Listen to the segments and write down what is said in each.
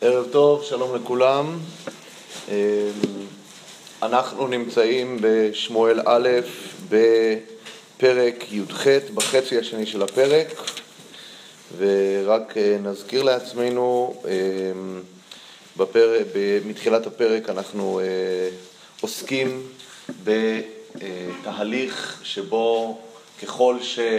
ערב טוב, שלום לכולם. אנחנו נמצאים בשמואל א' בפרק י"ח, בחצי השני של הפרק, ורק נזכיר לעצמנו, מתחילת הפרק אנחנו עוסקים בתהליך שבו ככל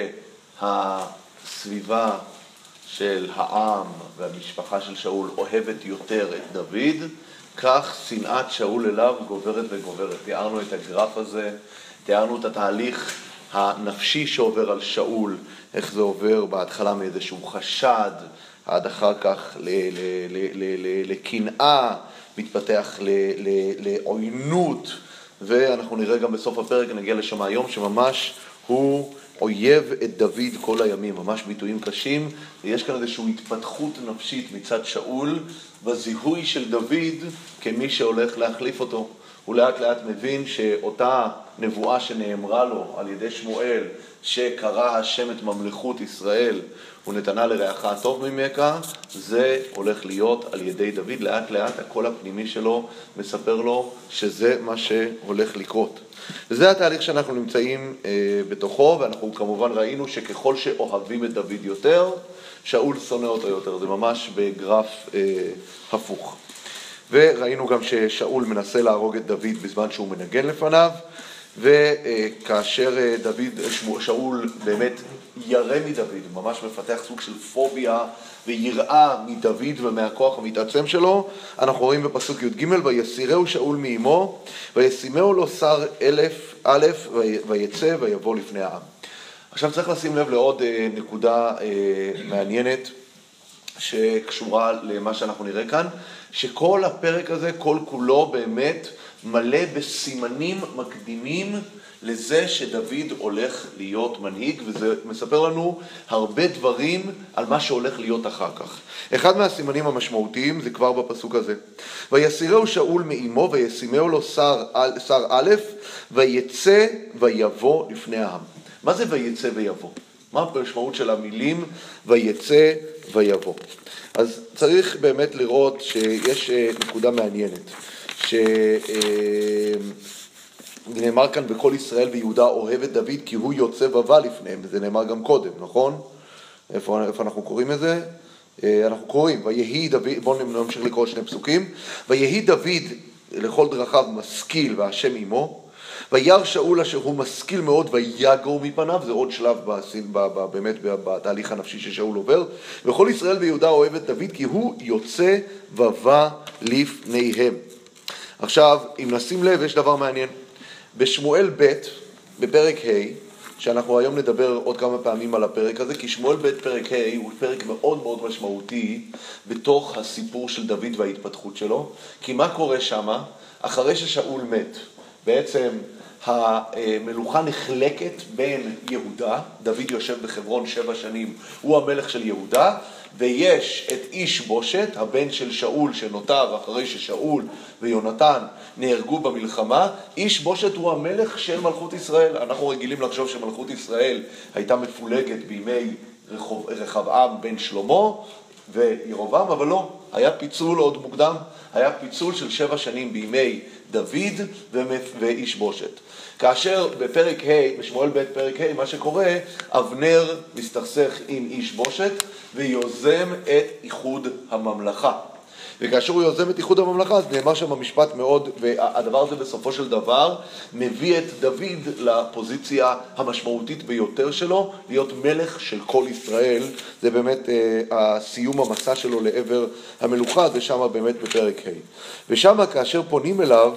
שהסביבה של העם והמשפחה של שאול אוהבת יותר את דוד, כך שנאת שאול אליו גוברת וגוברת. תיארנו את הגרף הזה, תיארנו את התהליך הנפשי שעובר על שאול, איך זה עובר בהתחלה מאיזשהו חשד, עד אחר כך לקנאה, מתפתח לעוינות, ואנחנו נראה גם בסוף הפרק, נגיע לשם היום, שממש הוא אויב את דוד כל הימים, ממש ביטויים קשים, ויש כאן איזושהי התפתחות נפשית מצד שאול, בזיהוי של דוד כמי שהולך להחליף אותו. הוא לאט לאט מבין שאותה נבואה שנאמרה לו על ידי שמואל, שקרא השם את ממלכות ישראל, הוא נתנה לרעך הטוב ממך, זה הולך להיות על ידי דוד. לאט לאט הקול הפנימי שלו מספר לו שזה מה שהולך לקרות. וזה התהליך שאנחנו נמצאים בתוכו, ואנחנו כמובן ראינו שככל שאוהבים את דוד יותר, שאול שונא אותו יותר. זה ממש בגרף הפוך. וראינו גם ששאול מנסה להרוג את דוד בזמן שהוא מנגן לפניו, וכאשר שאול באמת ירא מדוד, ממש מפתח סוג של פוביה ויראה מדוד ומהכוח המתעצם שלו, אנחנו רואים בפסוק י"ג, ויסירהו שאול מאמו, וישימהו לו שר 1000 ויצא ויבוא לפני העם. עכשיו צריך לשים לב לעוד נקודה מעניינת שקשורה למה שאנחנו נראה כאן, שכל הפרק הזה, כל כולו באמת מלא בסימנים מקדימים לזה שדוד הולך להיות מנהיג, וזה מספר לנו הרבה דברים על מה שהולך להיות אחר כך. אחד מהסימנים המשמעותיים זה כבר בפסוק הזה. ויסירהו שאול מאמו וישימהו לו שר 1000 ויצא ויבוא לפני העם. מה זה ויצא ויבוא? מה המשמעות של המילים ויצא ויבוא? אז צריך באמת לראות שיש נקודה מעניינת, שנאמר כאן בכל ישראל ויהודה אוהב את דוד כי הוא יוצא ובא לפניהם, וזה נאמר גם קודם, נכון? איפה אנחנו קוראים את זה? אנחנו קוראים, ויהי דוד, בואו נמשיך לקרוא שני פסוקים, ויהי דוד לכל דרכיו משכיל והשם עמו, וירא שאול אשר הוא משכיל מאוד ויגור מפניו, זה עוד שלב באמת בתהליך הנפשי ששאול עובר, וכל ישראל ויהודה אוהב את דוד כי הוא יוצא ובא לפניהם. עכשיו, אם נשים לב, יש דבר מעניין. בשמואל ב' בפרק ה', שאנחנו היום נדבר עוד כמה פעמים על הפרק הזה, כי שמואל ב' פרק ה' הוא פרק מאוד מאוד משמעותי בתוך הסיפור של דוד וההתפתחות שלו. כי מה קורה שם? אחרי ששאול מת, בעצם המלוכה נחלקת בין יהודה, דוד יושב בחברון 7 שנים, הוא המלך של יהודה, ויש את איש בושת, הבן של שאול שנותר אחרי ששאול ויונתן נהרגו במלחמה. איש בושת הוא המלך של מלכות ישראל. אנחנו רגילים לחשוב שמלכות ישראל הייתה מפולגת בימי רחבעם בן שלמה וירובעם, אבל לא, היה פיצול עוד מוקדם, היה פיצול של 7 שנים בימי דוד ואיש בושת. כאשר בפרק ה', בשמואל ב' פרק ה', מה שקורה, אבנר מסתכסך עם איש בושת ויוזם את איחוד הממלכה. וכאשר הוא יוזם את איחוד הממלכה, אז נאמר שם המשפט מאוד, והדבר הזה בסופו של דבר מביא את דוד לפוזיציה המשמעותית ביותר שלו, להיות מלך של כל ישראל. זה באמת הסיום המסע שלו לעבר המלוכה, זה שם באמת בפרק ה'. ושם כאשר פונים אליו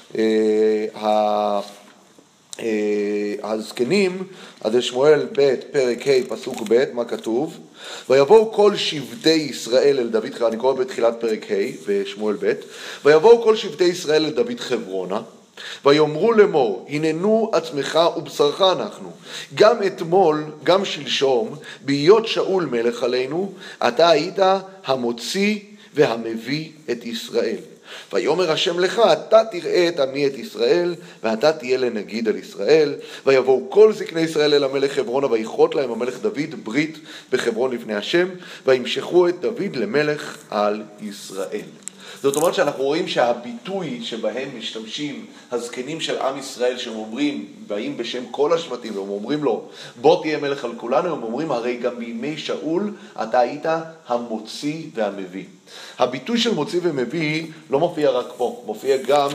הזקנים, אז זה שמואל ב' פרק ה' פסוק ב', מה כתוב? ויבואו כל שבטי ישראל אל דוד, אני קורא בתחילת פרק ה' בשמואל ב', ויבואו כל שבטי ישראל אל דוד חברונה, ויאמרו לאמור, הננו עצמך ובשרך אנחנו, גם אתמול, גם שלשום, בהיות שאול מלך עלינו, אתה היית המוציא והמביא את ישראל. ויאמר השם לך, אתה תראה את עמי את ישראל, ואתה תהיה לנגיד על ישראל. ויבואו כל זקני ישראל אל המלך חברונה, ויכרות להם המלך דוד ברית בחברון לפני השם, וימשכו את דוד למלך על ישראל. זאת אומרת שאנחנו רואים שהביטוי שבהם משתמשים הזקנים של עם ישראל, שהם אומרים, באים בשם כל השבטים, והם אומרים לו, בוא תהיה מלך על כולנו, הם אומרים, הרי גם בימי שאול אתה היית המוציא והמביא. הביטוי של מוציא ומביא לא מופיע רק פה, מופיע גם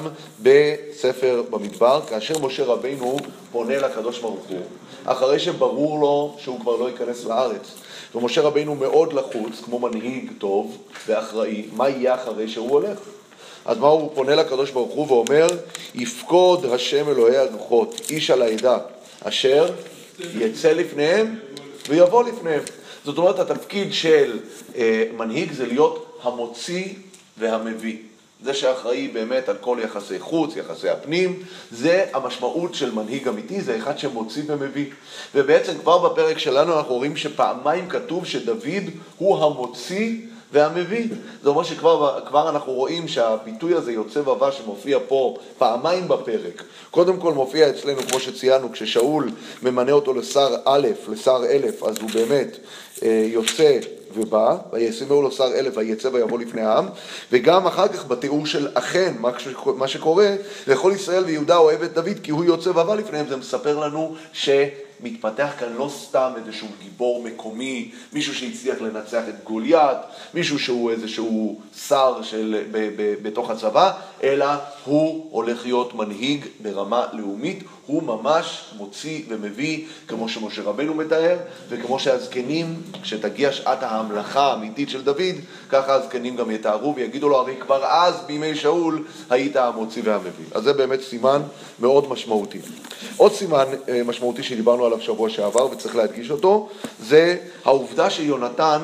בספר במדבר, כאשר משה רבינו פונה לקדוש ברוך הוא, אחרי שברור לו שהוא כבר לא ייכנס לארץ. ומשה רבינו מאוד לחוץ, כמו מנהיג טוב ואחראי, מה יהיה אחרי שהוא הולך? אז מה הוא פונה לקדוש ברוך הוא ואומר, יפקוד השם אלוהי הרוחות, איש על העדה, אשר יצא לפניהם ויבוא לפניהם. זאת אומרת, התפקיד של מנהיג זה להיות המוציא והמביא. זה שאחראי באמת על כל יחסי חוץ, יחסי הפנים, זה המשמעות של מנהיג אמיתי, זה אחד שמוציא ומביא. ובעצם כבר בפרק שלנו אנחנו רואים שפעמיים כתוב שדוד הוא המוציא והמביא. זה אומר שכבר אנחנו רואים שהביטוי הזה יוצא ובא שמופיע פה פעמיים בפרק. קודם כל מופיע אצלנו, כמו שציינו, כששאול ממנה אותו לשר א', לשר אלף, אז הוא באמת יוצא ובא, וישימו לו שר אלף ויצא ויבוא לפני העם, וגם אחר כך בתיאור של אכן, מה שקורה, לכל ישראל ויהודה אוהב את דוד, כי הוא יוצא ובא לפניהם, זה מספר לנו שמתפתח כאן לא סתם איזשהו גיבור מקומי, מישהו שהצליח לנצח את גוליית, מישהו שהוא איזשהו שר בתוך הצבא, אלא הוא הולך להיות מנהיג ברמה לאומית, הוא ממש מוציא ומביא, כמו שמשה רבנו מתאר, וכמו שהזקנים, כשתגיע שעת ההמלכה האמיתית של דוד, ככה הזקנים גם יתארו ויגידו לו, הרי כבר אז בימי שאול היית המוציא והמביא. אז זה באמת סימן מאוד משמעותי. עוד סימן משמעותי שדיברנו עליו שבוע שעבר ופצריך להדגיש אותו, זה העובדה שיונתן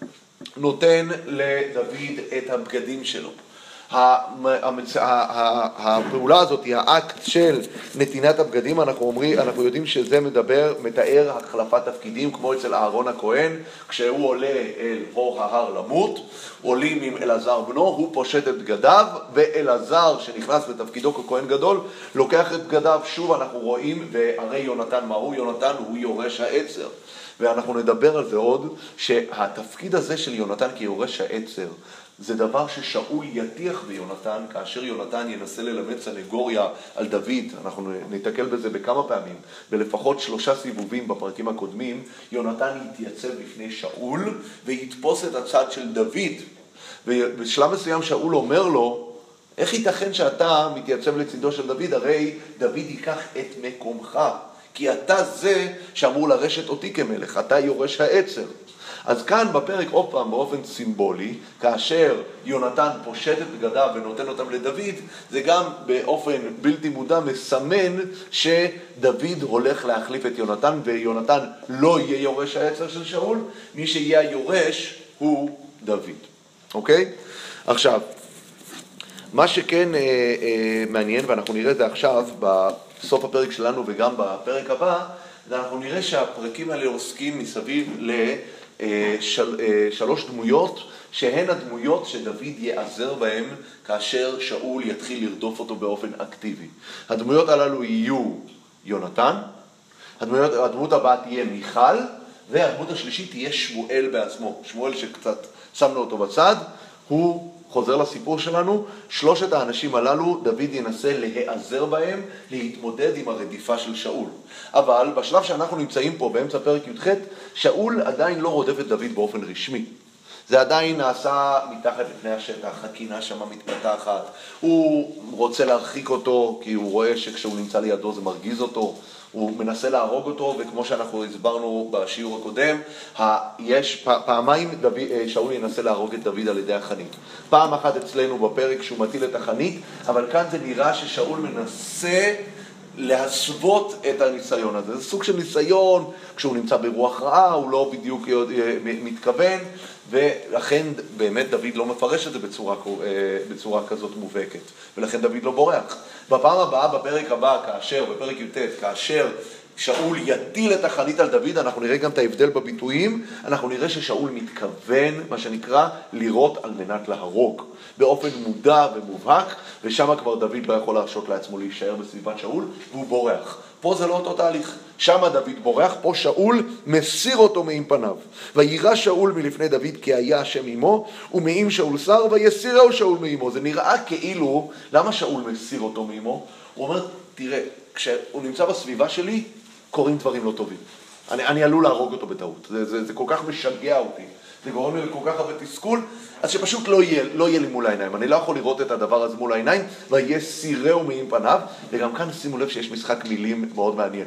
נותן לדוד את הבגדים שלו. הפעולה הזאת היא האקט של נתינת הבגדים, אנחנו יודעים שזה מתאר החלפת תפקידים, כמו אצל אהרון הכהן, כשהוא עולה אל הור ההר למות, עולים עם אלעזר בנו, הוא פושט את בגדיו, ואלעזר שנכנס לתפקידו ככהן גדול, לוקח את בגדיו. שוב אנחנו רואים, והרי יונתן, מהו יונתן? הוא יורש העצר. ואנחנו נדבר על זה עוד, שהתפקיד הזה של יונתן כיורש העצר, זה דבר ששאול יטיח ביונתן, כאשר יונתן ינסה ללמד סנגוריה על דוד. אנחנו נתקל בזה בכמה פעמים, ולפחות 3 סיבובים בפרקים הקודמים. יונתן יתייצב בפני שאול ויתפוס את הצד של דוד, ובשלב מסוים שאול אומר לו, איך ייתכן שאתה מתייצב לצידו של דוד? הרי דוד ייקח את מקומך, כי אתה זה שאמור לרשת אותי כמלך, אתה יורש העצר. אז כאן בפרק עוד פעם באופן סימבולי, כאשר יונתן פושט את בגדיו ונותן אותם לדוד, זה גם באופן בלתי מודע מסמן שדוד הולך להחליף את יונתן, ויונתן לא יהיה יורש העצר של שאול, מי שיהיה היורש הוא דוד. אוקיי? עכשיו, מה שכן מעניין, ואנחנו נראה את זה עכשיו בסוף הפרק שלנו וגם בפרק הבא, אנחנו נראה שהפרקים האלה עוסקים מסביב ל3 דמויות, שהן הדמויות שדוד יעזר בהן כאשר שאול יתחיל לרדוף אותו באופן אקטיבי. הדמויות הללו יהיו יונתן, הדמות הבאה תהיה מיכל, והדמות השלישית תהיה שמואל בעצמו. שמואל שקצת שמנו אותו בצד, הוא חוזר לסיפור שלנו. 3 האנשים הללו דוד ינסה להיעזר בהם, להתמודד עם הרדיפה של שאול. אבל בשלב שאנחנו נמצאים פה באמצע פרק י"ח, שאול עדיין לא רודף את דוד באופן רשמי. זה עדיין נעשה מתחת לפני השטח, הקינה שמה מתפתחת, הוא רוצה להרחיק אותו כי הוא רואה שכשהוא נמצא לידו זה מרגיז אותו, הוא מנסה להרוג אותו, וכמו שאנחנו הסברנו בשיעור הקודם, יש פעמיים שאול ינסה להרוג את דוד על ידי החנית. פעם אחת אצלנו בפרק שהוא מטיל את החנית, אבל כאן זה נראה ששאול מנסה להסוות את הניסיון הזה. זה סוג של ניסיון, כשהוא נמצא ברוח רעה, הוא לא בדיוק מתכוון, ולכן באמת דוד לא מפרש את זה בצורה כזאת מובהקת, ולכן דוד לא בורח. בפעם הבאה, בפרק הבא, בפרק י"ט, כאשר שאול יטיל את החנית על דוד, אנחנו נראה גם את ההבדל בביטויים, אנחנו נראה ששאול מתכוון, מה שנקרא, לירות על מנת להרוג, באופן מודע ומובהק, ושם כבר דוד לא יכול להרשות לעצמו להישאר בסביבת שאול, והוא בורח. פה זה לא אותו תהליך, שם דוד בורח, פה שאול מסיר אותו מעם פניו. וירא שאול מלפני דוד כי היה השם עמו, ומעם שאול שר, ויסירהו שאול מעמו. זה נראה כאילו, למה שאול מסיר אותו מעמו? הוא אומר, תראה, כשהוא נמצא בסביבה שלי, קורים דברים לא טובים. אני עלול להרוג אותו בטעות. זה כל כך משגע אותי. זה גורם לי כל כך הרבה תסכול, אז שפשוט לא יהיה לי מול העיניים. אני לא יכול לראות את הדבר הזה מול העיניים, ויסירהו מעם פניו. וגם כאן שימו לב שיש משחק מילים מאוד מעניין.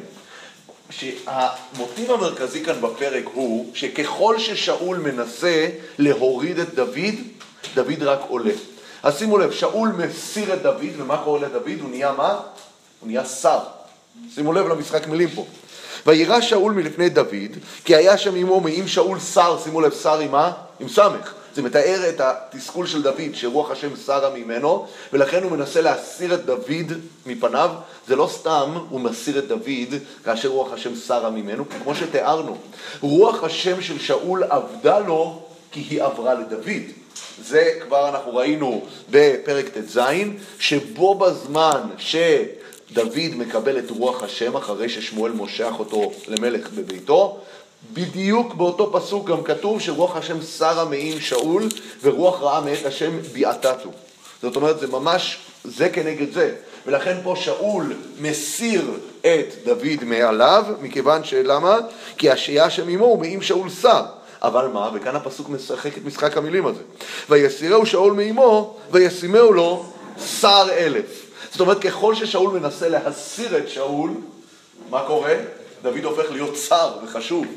שהמוטיב המרכזי כאן בפרק הוא שככל ששאול מנסה להוריד את דוד, דוד רק עולה. אז שימו לב, שאול מסיר את דוד, ומה קורה לדוד? הוא נהיה מה? הוא נהיה שר. שימו לב למשחק מילים פה. וירא שאול מלפני דוד, כי היה שם עמו מעם שאול שר, שימו לב, שר עם מה? עם סמך. זה מתאר את התסכול של דוד, שרוח השם שרה ממנו, ולכן הוא מנסה להסיר את דוד מפניו. זה לא סתם הוא מסיר את דוד כאשר רוח השם שרה ממנו, כי כמו שתיארנו, רוח השם של שאול עבדה לו כי היא עברה לדוד. זה כבר אנחנו ראינו בפרק ט"ז, שבו בזמן שדוד מקבל את רוח השם אחרי ששמואל מושך אותו למלך בביתו, בדיוק באותו פסוק גם כתוב שרוח השם שרה מעם שאול ורוח רעה מאת השם ביעתתו. זאת אומרת, זה ממש זה כנגד זה. ולכן פה שאול מסיר את דוד מעליו, מכיוון שלמה? כי היה שם עמו ומעם שאול שר. אבל מה? וכאן הפסוק משחק את משחק המילים הזה. ויסירהו שאול מעמו וישימהו לו שר 1000. זאת אומרת, ככל ששאול מנסה להסיר את שאול, מה קורה? דוד הופך להיות שר וחשוב.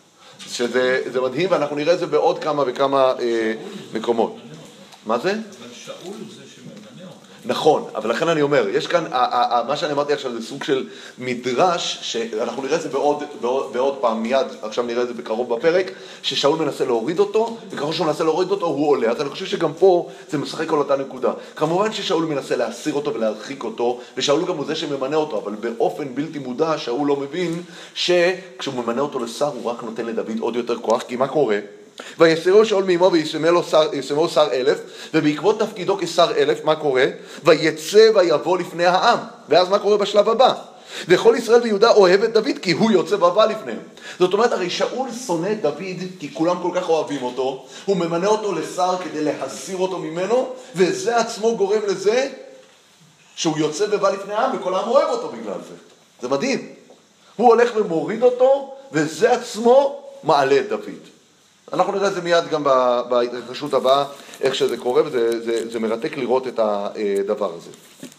שזה מדהים, ואנחנו נראה את זה בעוד כמה וכמה מקומות. מה זה? אבל שאול זה שממנה אותו. נכון, אבל לכן אני אומר, יש כאן, מה שאני אמרתי עכשיו זה סוג של מדרש, שאנחנו נראה את זה בעוד פעם מיד, עכשיו נראה את זה בקרוב בפרק, ששאול מנסה להוריד אותו, וככל שהוא מנסה להוריד אותו הוא עולה, אז אני חושב שגם פה זה משחק על אותה נקודה. כמובן ששאול מנסה להסיר אותו ולהרחיק אותו, ושאול גם הוא זה שממנה אותו, אבל באופן בלתי מודע שאול לא מבין שכשהוא ממנה אותו לשר הוא רק נותן לדוד עוד יותר כוח, כי מה קורה? ויסירהו שאול מעמו וישימהו שר 1000, ובעקבות תפקידו כשר 1000, מה קורה? ויצא ויבוא לפני העם. ואז מה קורה בשלב הבא? וכל ישראל ויהודה אוהב את דוד כי הוא יוצא ובא לפניהם. זאת אומרת, הרי שאול שונא את דוד כי כולם כל כך אוהבים אותו, הוא ממנה אותו לשר כדי להסיר אותו ממנו, וזה עצמו גורם לזה שהוא יוצא ובא לפני העם וכל העם אוהב אותו בגלל זה. זה מדהים. הוא הולך ומוריד אותו, וזה עצמו מעלה את דוד. אנחנו נראה את זה מיד גם בהתרחשות הבאה, איך שזה קורה, וזה מרתק לראות את הדבר הזה.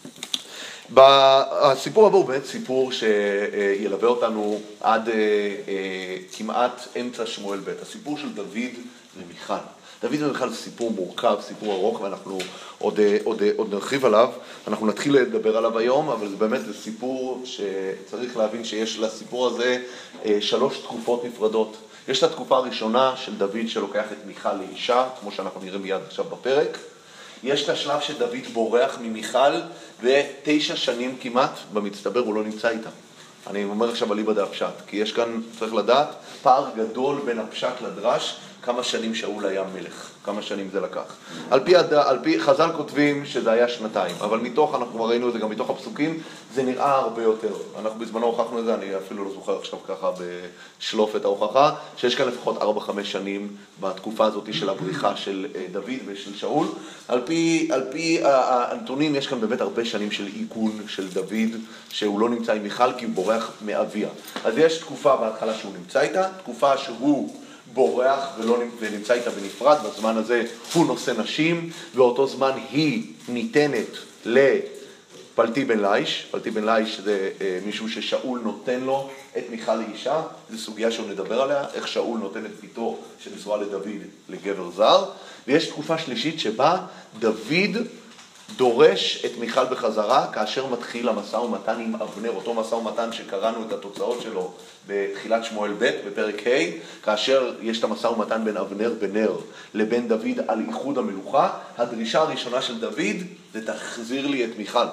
הסיפור הבא הוא באמת סיפור שילווה אותנו עד כמעט אמצע שמואל ב', הסיפור של דוד ומיכל. דוד ומיכל זה סיפור מורכב, סיפור ארוך, ואנחנו עוד נרחיב עליו. אנחנו נתחיל לדבר עליו היום, אבל זה באמת סיפור שצריך להבין שיש לסיפור הזה 3 תקופות נפרדות. יש את התקופה הראשונה של דוד שלוקח את מיכל לאישה, כמו שאנחנו נראה מיד עכשיו בפרק. יש את השלב שדוד בורח ממיכל, ו9 שנים כמעט, במצטבר הוא לא נמצא איתה. אני אומר עכשיו על איבד הפשט, כי יש כאן, צריך לדעת, פער גדול בין הפשט לדרש, כמה שנים שאול היה מלך, כמה שנים זה לקח. על פי חז"ל כותבים שזה היה 2 אבל מתוך, אנחנו ראינו את זה גם מתוך הפסוקים, זה נראה הרבה יותר. אנחנו בזמנו הוכחנו את זה, אני אפילו לא זוכר עכשיו ככה בשלוף את ההוכחה, שיש כאן לפחות 4-5 שנים בתקופה הזאת של הבריחה של דוד ושל שאול. על פי הנתונים יש כאן באמת הרבה שנים של עיגון של דוד, שהוא לא נמצא עם מיכל כי הוא בורח מאביה. אז יש תקופה בהתחלה שהוא נמצא איתה, תקופה שהוא בורח ונמצא איתה בנפרד, בזמן הזה הוא נושא נשים, ואותו זמן היא ניתנת לפלטי בן ליש. פלטי בן ליש זה מישהו ששאול נותן לו את מיכל לאישה, זו סוגיה שהוא נדבר עליה, איך שאול נותן את ביתו שנשואה לדוד לגבר זר. ויש תקופה שלישית שבה דוד דורש את מיכל בחזרה, כאשר מתחיל המשא ומתן עם אבנר, אותו משא ומתן שקראנו את התוצאות שלו בתחילת שמואל ב' בפרק ה', כאשר יש את המשא ומתן בין אבנר בנר לבין דוד על איחוד המלוכה. הדרישה הראשונה של דוד זה תחזיר לי את מיכל.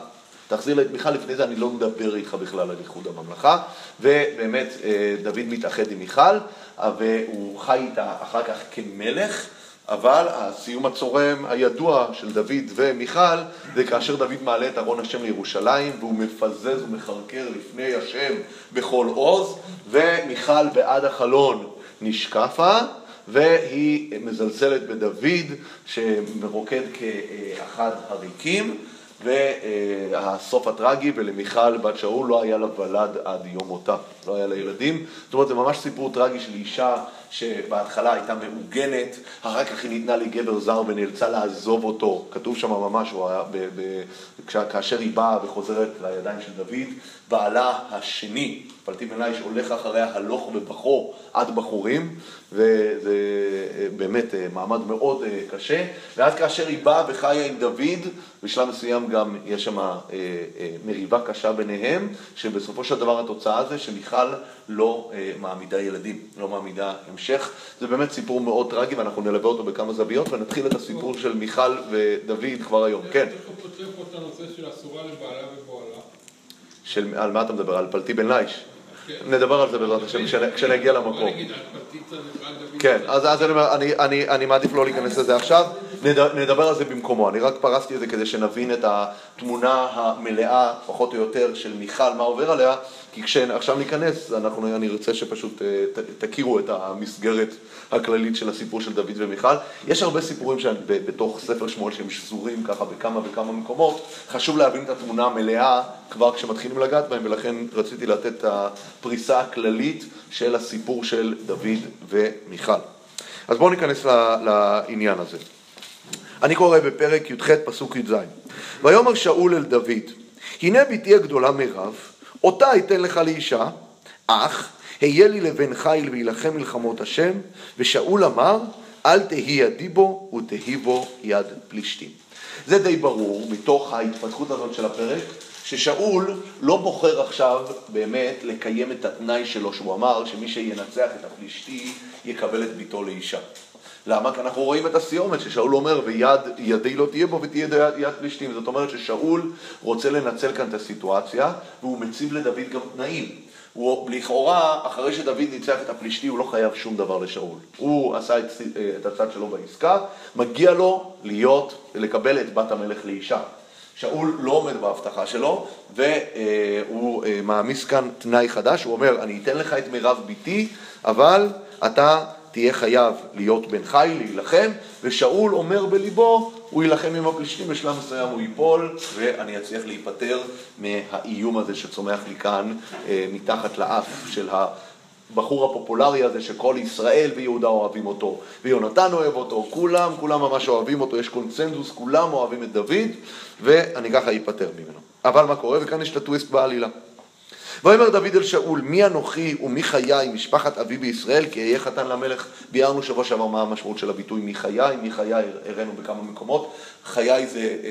תחזיר לה את מיכל, לפני זה אני לא מדבר איתך בכלל על איחוד הממלכה, ובאמת דוד מתאחד עם מיכל, והוא חי איתה אחר כך כמלך, אבל הסיום הצורם הידוע של דוד ומיכל זה כאשר דוד מעלה את ארון השם לירושלים והוא מפזז ומחרקר לפני השם בכל עוז, ומיכל בעד החלון נשקפה והיא מזלזלת בדוד שמרוקד כאחד הריקים, והסוף הטרגי, ולמיכל בת שאול לא היה לה ולד עד יום מותה, לא היה לה ילדים. זאת אומרת, זה ממש סיפור טרגי של אישה שבהתחלה הייתה מעוגנת, אחר כך היא ניתנה לגבר זר ונאלצה לעזוב אותו. כתוב שם ממש, הוא היה כאשר היא באה וחוזרת לידיים של דוד, בעלה השני, פלטי בן ליש, הולך אחריה הלוך ובכו עד בחורים, וזה באמת מעמד מאוד קשה. ואז כאשר היא באה וחיה עם דוד, בשלב מסוים גם יש שם מריבה קשה ביניהם, שבסופו של דבר התוצאה זה שמיכל לא מעמידה ילדים, לא מעמידה המשך. זה באמת סיפור מאוד טרגי, ואנחנו נלווה אותו בכמה זוויות, ונתחיל את הסיפור של מיכל ודוד כבר היום. כן. איך הוא פוצר פה את הנושא של אסורה לבעלה ובועלה? על מה אתה מדבר? על פלטי בן ליש? נדבר על זה בעזרת השם כשנגיע למקום. כן, אז אני מעדיף לא להיכנס לזה עכשיו, נדבר על זה במקומו. אני רק פרסתי את זה כדי שנבין את התמונה המלאה, פחות או יותר, של מיכל, מה עובר עליה, כי כשעכשיו ניכנס, אני רוצה שפשוט תכירו את המסגרת הכללית של הסיפור של דוד ומיכל. יש הרבה סיפורים בתוך ספר שמואל שהם שזורים ככה בכמה וכמה מקומות. חשוב להבין את התמונה המלאה כבר כשמתחילים לגעת בהם, ולכן רציתי לתת את הפריסה הכללית של הסיפור של דוד ומיכל. אז בואו ניכנס לעניין הזה. אני קורא בפרק י"ח פסוק י"ז. ויאמר שאול אל דוד, הנה ביתי הגדולה מירב, אותה אתן לך לאישה, אך היה לי לבן חיל וילחם מלחמות השם, ושאול אמר, אל תהי ידי בו ותהי בו יד פלישתים. זה די ברור מתוך ההתפתחות הזאת של הפרק, ששאול לא בוחר עכשיו באמת לקיים את התנאי שלו, שהוא אמר שמי שינצח את הפלישתי יקבל את ביתו לאישה. למה? כי אנחנו רואים את הסיומת ששאול אומר, וידי לא תהיה בו ותהיה יד פלישתים. זאת אומרת ששאול רוצה לנצל כאן את הסיטואציה, והוא מציב לדוד גם תנאים. לכאורה, אחרי שדוד ניצח את הפלישתי, הוא לא חייב שום דבר לשאול. הוא עשה את הצד שלו בעסקה, מגיע לו לקבל את בת המלך לאישה. שאול לא עומד בהבטחה שלו, והוא מעמיס כאן תנאי חדש. הוא אומר, אני אתן לך את מירב ביתי, אבל אתה תהיה חייב להיות בן חיל, להילחם, ושאול אומר בליבו, הוא ילחם עם הפלישתים, בשלב מסוים הוא ייפול, ואני אצליח להיפטר מהאיום הזה שצומח לי כאן מתחת לאף של הבחור הפופולרי הזה, שכל ישראל ויהודה אוהבים אותו, ויונתן אוהב אותו, כולם ממש אוהבים אותו, יש קונצנזוס, כולם אוהבים את דוד, ואני ככה ייפטר ממנו. אבל מה קורה? וכאן יש את הטוויסט בעלילה. ויאמר דוד אל שאול, מי אנוכי ומי חיי משפחת אבי בישראל, כי אהיה חתן למלך. ביארנו שבוע שעבר מה המשמעות של הביטוי מי חיי הראינו בכמה מקומות. חיי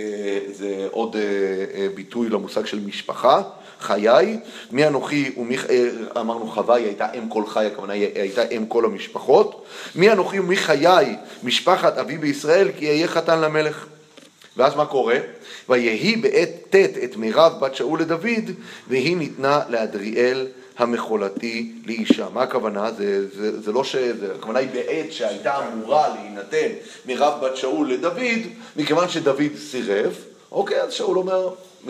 זה עוד ביטוי למושג של משפחה, חיי. מי אנוכי ומי, אמרנו חווי הייתה אם כל חי, הכוונה הייתה אם כל המשפחות. מי אנוכי ומי חיי משפחת אבי בישראל, כי אהיה חתן למלך. ואז מה קורה? ויהי בעת תת את מירב בת שאול לדוד, והיא ניתנה לאדריאל המחולתי לאישה. מה הכוונה? זה לא הכוונה היא בעת שהייתה אמורה להינתן מירב בת שאול לדוד, מכיוון שדוד סירב. אוקיי, אז שאול אומר,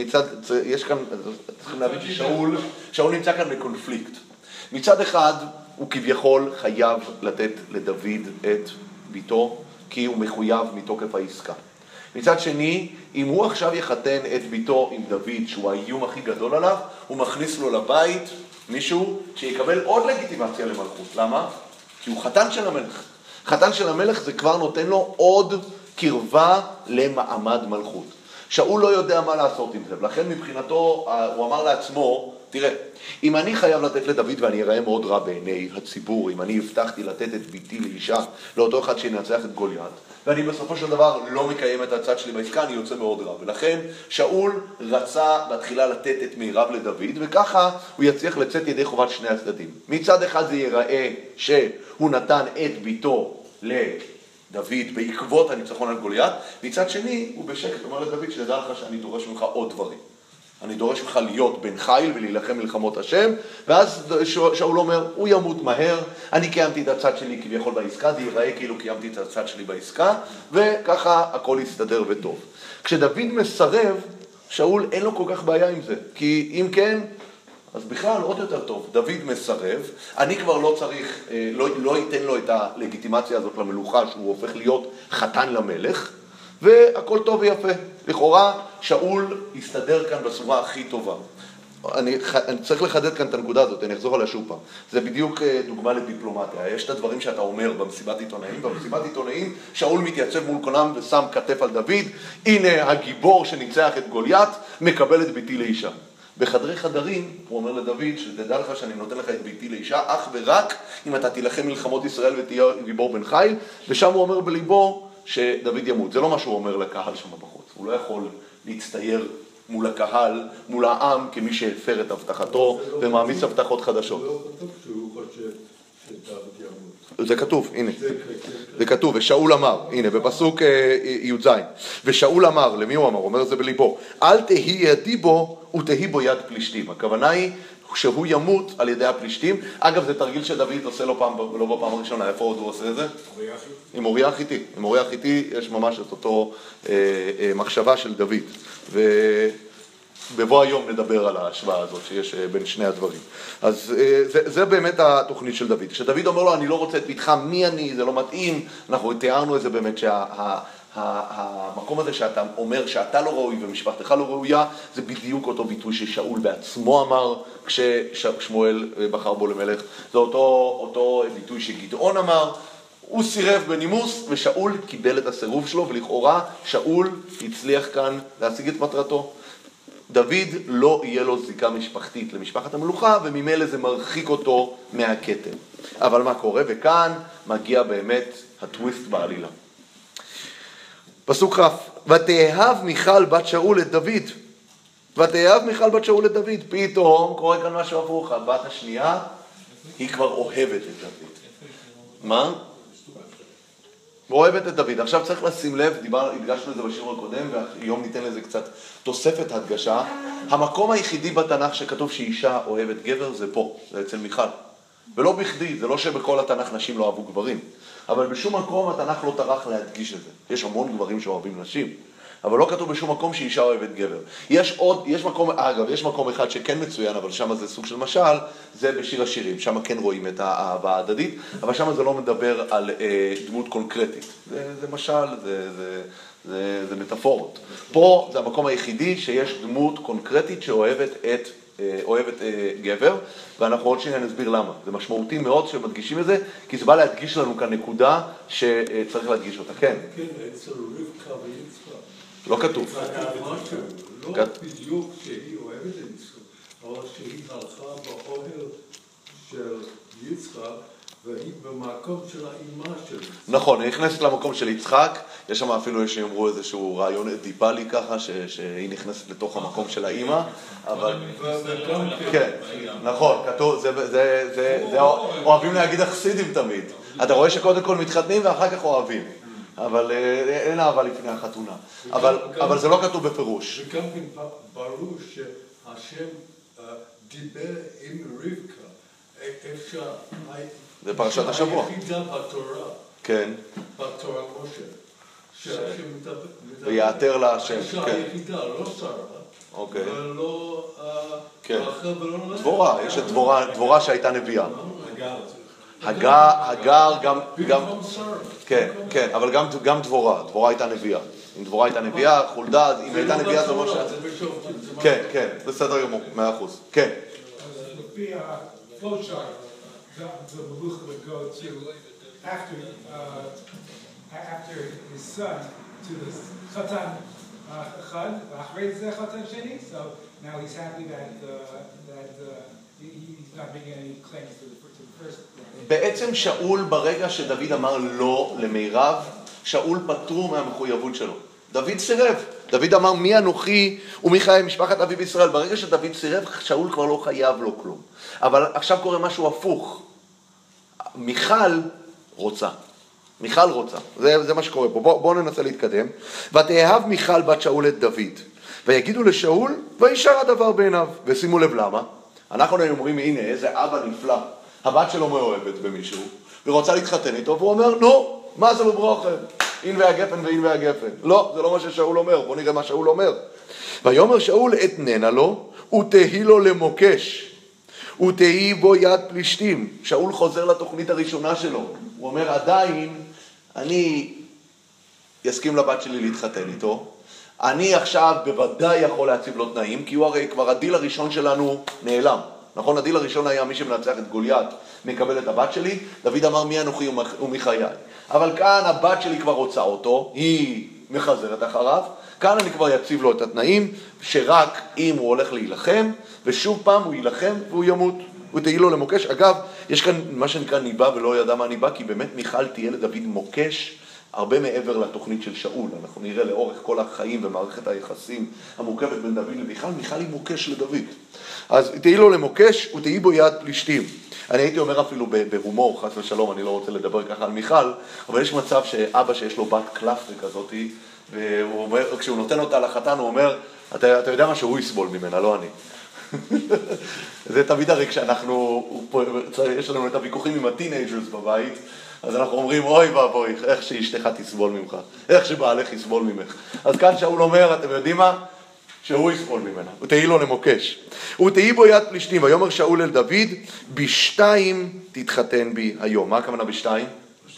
יש כאן, צריכים להבין ששאול נמצא כאן בקונפליקט. מצד אחד, הוא כביכול חייב לתת לדוד את ביתו, כי הוא מחויב מתוקף העסקה. מצד שני, אם הוא עכשיו יחתן את ביתו עם דוד, שהוא האיום הכי גדול עליו, הוא מכניס לו לבית מישהו שיקבל עוד לגיטימציה למלכות. למה? כי הוא חתן של המלך. חתן של המלך זה כבר נותן לו עוד קרבה למעמד מלכות. שאול לא יודע מה לעשות עם זה, ולכן מבחינתו הוא אמר לעצמו, תראה, אם אני חייב לתת לדוד ואני אראה מאוד רע בעיני הציבור, אם אני הבטחתי לתת את ביתי לאישה, לאותו אחד שינצח את גוליית, ואני בסופו של דבר לא מקיים את הצד שלי בעסקה, אני יוצא מאוד רע. ולכן שאול רצה בתחילה לתת את מירב לדוד, וככה הוא יצליח לצאת ידי חובת שני הצדדים. מצד אחד זה ייראה שהוא נתן את ביתו לדוד בעקבות הניצחון על גוליית, מצד שני הוא בשקט אומר לדוד שדע לך שאני דורש ממך עוד דברים. אני דורש ממך להיות בן חיל ולהילחם מלחמות השם, ואז שאול אומר, הוא ימות מהר, אני קיימתי את הצד שלי כביכול בעסקה, זה ייראה כאילו קיימתי את הצד שלי בעסקה, וככה הכל יסתדר וטוב. כשדוד מסרב, שאול אין לו כל כך בעיה עם זה, כי אם כן, אז בכלל עוד יותר טוב. דוד מסרב, אני כבר לא צריך, לא ייתן לו את הלגיטימציה הזאת למלוכה, שהוא הופך להיות חתן למלך, והכל טוב ויפה. לכאורה, שאול יסתדר כאן בצורה הכי טובה. אני צריך לחדד כאן את הנקודה הזאת, אני אחזור עליה שוב פעם. זה בדיוק דוגמה לדיפלומטיה. יש את הדברים שאתה אומר במסיבת עיתונאים, במסיבת עיתונאים שאול מתייצב מול כולם ושם כתף על דוד, הנה הגיבור שניצח את גוליית, מקבל את ביתי לאישה. בחדרי חדרים הוא אומר לדוד, שתדע לך שאני נותן לך את ביתי לאישה, אך ורק אם אתה תילחם מלחמות ישראל ותהיה גיבור בן חיל, ושם הוא אומר בליבו שדוד ימות. זה לא מה שהוא אומר לקהל שם בחוץ. הוא לא יכול להצטייר מול הקהל, מול העם, כמי שהפר את הבטחתו ומעמיס הבטחות חדשות. לא כתוב שהוא חושב שדוד ימות. זה כתוב, הנה. זה כתוב, ושאול אמר, הנה, בפסוק י"ז. ושאול אמר, למי הוא אמר? הוא אומר את זה בליבו. אל תהי ידי בו ותהי בו יד פלישתים. הכוונה היא שהוא ימות על ידי הפלישתים. אגב, זה תרגיל שדוד עושה לא בפעם הראשונה. איפה עוד הוא עושה את זה? עם אוריה החיתי. עם אוריה החיתי יש ממש את אותו מחשבה של דוד. ובבוא היום נדבר על ההשוואה הזאת שיש בין שני הדברים. אז זה באמת התוכנית של דוד. כשדוד אומר לו, אני לא רוצה את ביתך, מי אני, זה לא מתאים, אנחנו תיארנו את זה באמת המקום הזה שאתה אומר שאתה לא ראוי ומשפחתך לא ראויה, זה בדיוק אותו ביטוי ששאול בעצמו אמר כששמואל בחר בו למלך. זה אותו ביטוי שגדעון אמר, הוא סירב בנימוס ושאול קיבל את הסירוב שלו, ולכאורה שאול הצליח כאן להשיג את מטרתו. דוד לא יהיה לו זיקה משפחתית למשפחת המלוכה, וממילא זה מרחיק אותו מהכתר. אבל מה קורה? וכאן מגיע באמת הטוויסט בעלילה. פסוק כ' ותאהב מיכל בת שאול את דוד. ותאהב מיכל בת שאול את דוד. פתאום קורה כאן משהו הפוך. הבת השנייה היא כבר אוהבת את דוד. מה? אוהבת את דוד. עכשיו צריך לשים לב, הדגשנו את זה בשיעור הקודם, והיום ניתן לזה קצת תוספת הדגשה. המקום היחידי בתנ"ך שכתוב שאישה אוהבת גבר זה פה, זה אצל מיכל. ולא בכדי, זה לא שבכל התנ"ך נשים לא אהבו גברים. אבל בשום מקום התנ"ך לא טרח להדגיש את זה. יש המון גברים שאוהבים נשים. אבל לא כתוב בשום מקום שאישה אוהבת גבר. יש מקום אחד שכן מצוין, אבל שם זה סוג של משל, זה בשיר השירים. שם כן רואים את האהבה ההדדית, אבל שם זה לא מדבר על דמות קונקרטית. זה משל, זה מטאפורות. פה זה המקום היחידי שיש דמות קונקרטית שאוהבת גבר, ואנחנו עוד שנייה נסביר למה. זה משמעותי מאוד שמדגישים את זה, כי זה בא להדגיש לנו כאן נקודה שצריך להדגיש אותה. כן. כן, אצל רבקה ויצחק. לא כתוב. לא בדיוק שהיא אוהבת את יצחק, אבל שהיא הלכה באוהל של יצחק, והיא במקום של האימא של יצחק. נכון, היא נכנסת למקום של יצחק, יש שם אפילו שיאמרו איזשהו רעיון אדיפלי ככה, שהיא נכנסת לתוך המקום של האימא, אבל... כן, נכון, כתוב, זה אוהבים להגיד החסידים תמיד. אתה רואה שקודם כל מתחתנים ואחר כך אוהבים. אבל אין אהבה לפני החתונה. אבל זה לא כתוב בפירוש. וגם ברור שהשם דיבר עם רבקה, אפשר... זה פרשת השבוע. היחידה בתורה. כן. בתורה משה. שהשם מדבר... ויעתר לה השם. שהיחידה, לא שרה. אוקיי. ולא... כן. ולא... דבורה, יש את דבורה שהייתה נביאה. הגר גם... כן, כן, אבל גם דבורה הייתה נביאה. אם דבורה הייתה נביאה, חולדה, אז אם הייתה נביאה זה משה. כן, כן, בסדר גמור, 100%. כן. לפי הפלואו-צ'ארט, the Melucha would go to, after his son, to the Chatan Chad, אחרי זה חתן שני, so now he's happy that he's not making any claims to the first. בעצם שאול, ברגע שדוד אמר לא למירב, שאול פטור מהמחויבות שלו. דוד סירב. דוד אמר, מי אנוכי ומי חיי משפחת אבי בישראל. ברגע שדוד סירב, שאול כבר לא חייב לו כלום. אבל עכשיו קורה משהו הפוך. מיכל רוצה. זה מה שקורה פה. בואו ננסה להתקדם. ותאהב מיכל בת שאול את דוד. ויגידו לשאול, וישר הדבר בעיניו. ושימו לב למה. אנחנו אומרים, הנה, איזה אבא נפלא. הבת שלו מאוהבת במישהו, ורוצה להתחתן איתו, והוא אומר, נו, מה זה בברוכם? אין והגפן ואין והגפן. לא, זה לא מה ששאול אומר. בוא נראה מה שאול אומר. ויאמר שאול אתננה לו, ותהי לו למוקש, ותהי בו יד פלישתים. שאול חוזר לתוכנית הראשונה שלו. הוא אומר, עדיין, אני יסכים לבת שלי להתחתן איתו. אני עכשיו בוודאי יכול להציב לו תנאים, כי הוא הרי כבר הדיל הראשון שלנו נעלם. נכון, הדיל הראשון היה מי שמנצח את גוליית מקבל את הבת שלי. דוד אמר מי אנוכי ומי חיי. אבל כאן הבת שלי כבר רוצה אותו, היא מחזרת אחריו. כאן אני כבר יציב לו את התנאים, שרק אם הוא הולך להילחם, ושוב פעם הוא יילחם והוא ימות. הוא תהי לו למוקש. אגב, יש כאן מה שנקרא ניבא ולא ידע מה ניבא, כי באמת מיכל תהיה לדוד מוקש הרבה מעבר לתוכנית של שאול. אנחנו נראה לאורך כל החיים ומערכת היחסים המורכבת בין דוד למיכל, מיכל היא מוקש לדוד. אז תהי לו למוקש ותהי בו יד פלישתים. אני הייתי אומר אפילו בהומור, חס ושלום, אני לא רוצה לדבר ככה על מיכל, אבל יש מצב שאבא שיש לו בת קלאפרי כזאת, והוא אומר, כשהוא נותן אותה לחתן, הוא אומר, אתה יודע מה שהוא יסבול ממנה, לא אני. זה תמיד הרי כשאנחנו, יש לנו את הוויכוחים עם הטינג'רס בבית, אז אנחנו אומרים, אוי ואבוי, איך שאשתך תסבול ממך, איך שבעלך יסבול ממך. אז כאן שאול אומר, אתם יודעים מה? שהוא יסבול ממנה, ותהי לו למוקש. ותהי בו יד פלישתים, ויאמר שאול אל דוד, בשתיים תתחתן בי היום. מה הכוונה בשתיים?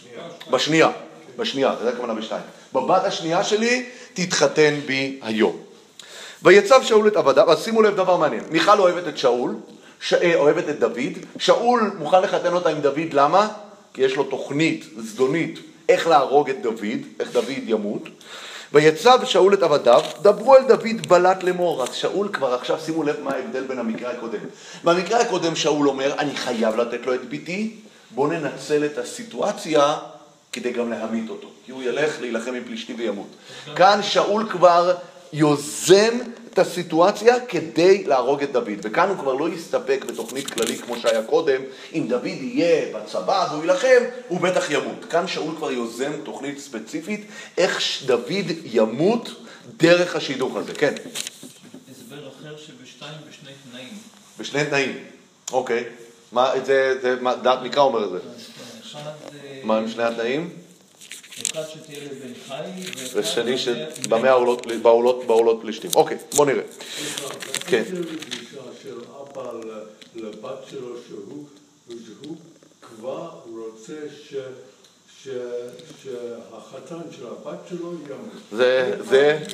בשנייה, זה הכוונה בשתיים. בבת השנייה שלי תתחתן בי היום. ויצב שאול את עבדיו, אז שימו לב דבר מעניין, מיכל אוהבת את שאול, אוהבת את דוד, שאול מוכן לחתן אותה עם דוד, למה? כי יש לו תוכנית זדונית איך להרוג את דוד, איך דוד ימות. ויצב שאול את עבדיו, דברו אל דוד בלט לאמור. אז שאול כבר עכשיו, שימו לב מה ההבדל בין המקרה הקודם. במקרה הקודם שאול אומר, אני חייב לתת לו את ביתי, בוא ננצל את הסיטואציה כדי גם להמית אותו, כי הוא ילך להילחם עם פלישתי וימות. כאן שאול כבר יוזם את הסיטואציה כדי להרוג את דוד, וכאן הוא כבר לא יסתפק בתוכנית כללית כמו שהיה קודם, אם דוד יהיה בצבא והוא ילחם, הוא בטח ימות. כאן שאול כבר יוזם תוכנית ספציפית, איך דוד ימות דרך השידוך הזה. כן. הסבר אחר שבשתיים בשני תנאים. בשני תנאים, אוקיי. מה, מה דעת מקרא אומר את זה? מה עם שני התנאים? אחד שתהיה לבן חי, ושני שבמה בעולות פלישתים. אוקיי, בוא נראה. כן. זה פגישה של אבא לבת שלו שהוא כבר רוצה שהחתן של הבת שלו ימות.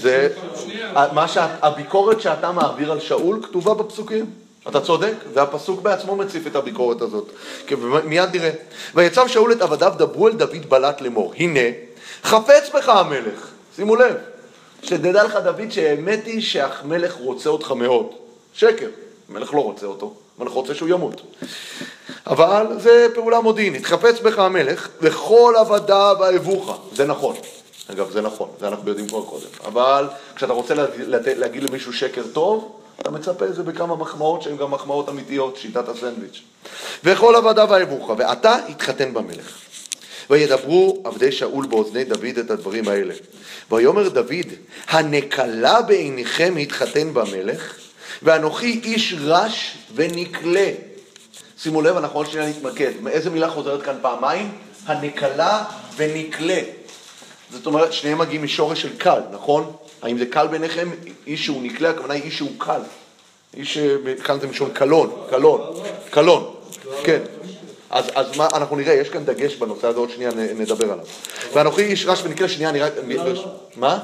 הביקורת שאתה מעביר על שאול כתובה בפסוקים. אתה צודק, והפסוק בעצמו מציף את הביקורת הזאת. מיד נראה. ויצב שאול את עבדיו, דברו אל דוד בלט לאמור. הנה, חפץ בך המלך. שימו לב, שתדע לך דוד שהאמת היא שהמלך רוצה אותך מאוד. שקר, המלך לא רוצה אותו, המלך רוצה שהוא ימות. אבל זה פעולה מודיעינית. חפץ בך המלך, וכל עבדיו אהבוך. זה נכון. אגב, זה נכון, זה אנחנו יודעים כבר קודם. אבל כשאתה רוצה להגיד למישהו שקר טוב, אתה מצפה את זה בכמה מחמאות שהן גם מחמאות אמיתיות, שיטת הסנדוויץ'. וכל עבדיו אהבוך, ואתה התחתן במלך. וידברו עבדי שאול באוזני דוד את הדברים האלה. ויאמר דוד, הנקלה בעיניכם התחתן במלך, ואנוכי איש רש ונקלה. שימו לב, אנחנו עוד שנייה נתמקד. מאיזה מילה חוזרת כאן פעמיים? הנקלה ונקלה. זאת אומרת, שניהם מגיעים משורש של קל, נכון? האם זה קל בעיניכם? איש שהוא נקלה, הכוונה היא איש שהוא קל. איש, כאן זה משון קלון, כן. אז מה, אנחנו נראה, יש כאן דגש בנושא הזה, עוד שנייה נדבר עליו. ואנוכי איש רש ונקלה, שנייה נראה... מה?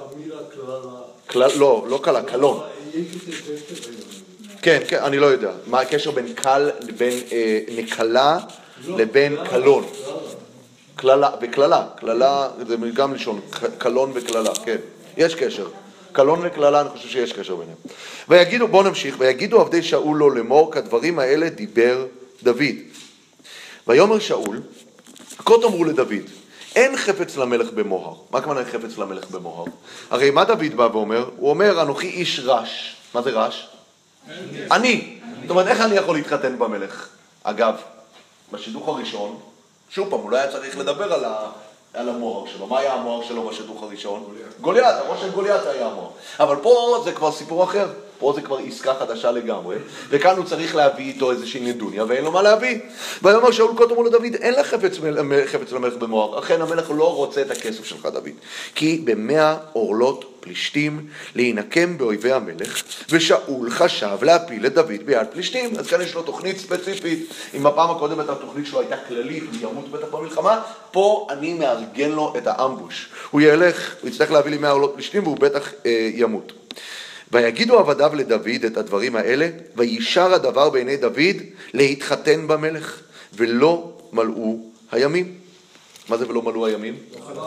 לא קלה, קלון. כן, אני לא יודע. מה הקשר בין קל, בין נקלה לבין קלון? קללה זה גם לשון, קלון וקללה, כן. יש קשר. קלון וקללה, אני חושב שיש קשר ביניהם. ויגידו, בואו נמשיך, ויגידו עבדי שאול לו לאמור, כדברים האלה דיבר דוד. ויאמר שאול, כה תאמרו לדוד, אין חפץ למלך במוהר. מה הכוונה אין חפץ למלך במוהר? הרי מה דוד בא ואומר? הוא אומר, אנוכי איש רש. מה זה רש? אני. זאת אומרת, איך אני יכול להתחתן במלך? אגב, בשידוך הראשון, שוב פעם, הוא לא היה צריך לדבר על על המוהר שלו. מה היה המוהר שלו בשידוך הראשון? גוליית, הראש של גוליית היה המוהר. אבל פה זה כבר סיפור אחר. פה זה כבר עסקה חדשה לגמרי, וכאן הוא צריך להביא איתו איזושהי נדוניה, ואין לו מה להביא. ויאמר שאול כה תאמר לדוד, אין לך חפץ למלך במוהר, אכן המלך לא רוצה את הכסף שלך דוד, כי ב100 עורלות פלישתים להינקם באויבי המלך, ושאול חשב להפיל את דוד ביד פלישתים. אז כאן יש לו תוכנית ספציפית. אם בפעם הקודמת התוכנית שלו הייתה כללית, הוא ימות בטח במלחמה, פה אני מארגן לו את האמבוש. הוא יצטרך להביא לי 100 עורלות פלישתים והוא בטח ימות. ויגידו עבדיו לדוד את הדברים האלה, וישר הדבר בעיני דוד להתחתן במלך, ולא מלאו הימים. מה זה ולא מלאו הימים?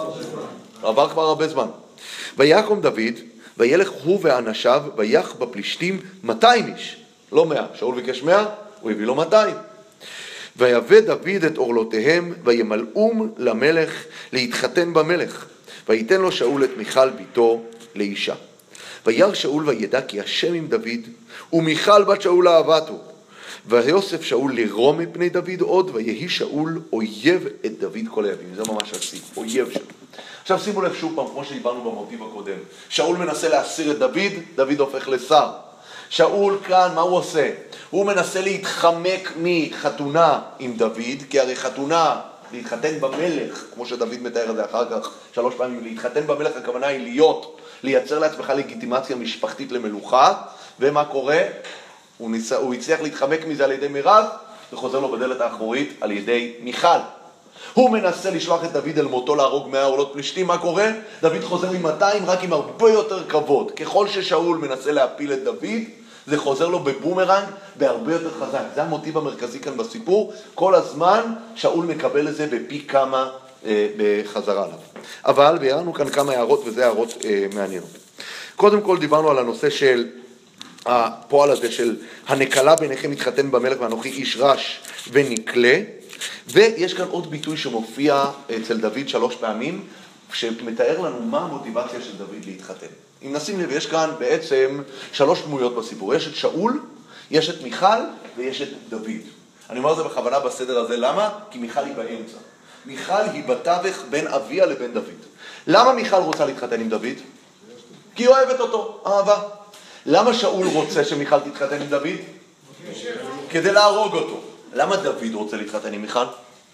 עבר כבר הרבה זמן. ויקום דוד, וילך הוא ואנשיו, ויח בפלישתים 200 איש, לא 100. שאול ביקש 100, הוא הביא לו 200. ויבא דוד את עורלותיהם, וימלאום למלך להתחתן במלך, ויתן לו שאול את מיכל ביתו לאישה. וירא שאול וידע כי השם עם דוד, ומיכל בת שאול אהבתו. ויוסף שאול לרום מפני דוד עוד, ויהי שאול אויב את דוד כל הימים. זה ממש הסעיף, אויב שלו. עכשיו שימו לב שוב פעם, כמו שדיברנו במוטיב הקודם. שאול מנסה להסיר את דוד, דוד הופך לשר. שאול כאן, מה הוא עושה? הוא מנסה להתחמק מחתונה עם דוד, כי הרי חתונה, להתחתן במלך, כמו שדוד מתאר את זה אחר כך 3 פעמים, להתחתן במלך הכוונה היא לייצר לעצמך לגיטימציה משפחתית למלוכה, ומה קורה? הוא הצליח להתחמק מזה על ידי מירב, וחוזר לו בדלת האחורית על ידי מיכל. הוא מנסה לשלוח את דוד אל מותו להרוג 100 עורלות פלישתים, מה קורה? דוד חוזר עם 200 רק עם הרבה יותר כבוד. ככל ששאול מנסה להפיל את דוד, זה חוזר לו בבומרנג בהרבה יותר חזק. זה המוטיב המרכזי כאן בסיפור. כל הזמן שאול מקבל את זה בפי כמה בחזרה עליו. אבל, והראינו כאן כמה הערות, וזה הערות מעניינות. קודם כל דיברנו על הנושא של הפועל הזה של הנקלה ביניכם מתחתן במלך ואנוכי איש רש ונקלה. ויש כאן עוד ביטוי שמופיע אצל דוד 3 פעמים, שמתאר לנו מה המוטיבציה של דוד להתחתן. אם נשים לב, יש כאן בעצם 3 דמויות בסיפור. יש את שאול, יש את מיכל ויש את דוד. אני אומר את זה בכוונה בסדר הזה, למה? כי מיכל היא באמצע. מיכל היא בתווך בין אביה לבין דוד. למה מיכל רוצה להתחתן עם דוד? כי היא אוהבת אותו, אהבה. למה שאול רוצה שמיכל תתחתן עם דוד? כדי להרוג אותו. למה דוד רוצה להתחתן עם מיכל?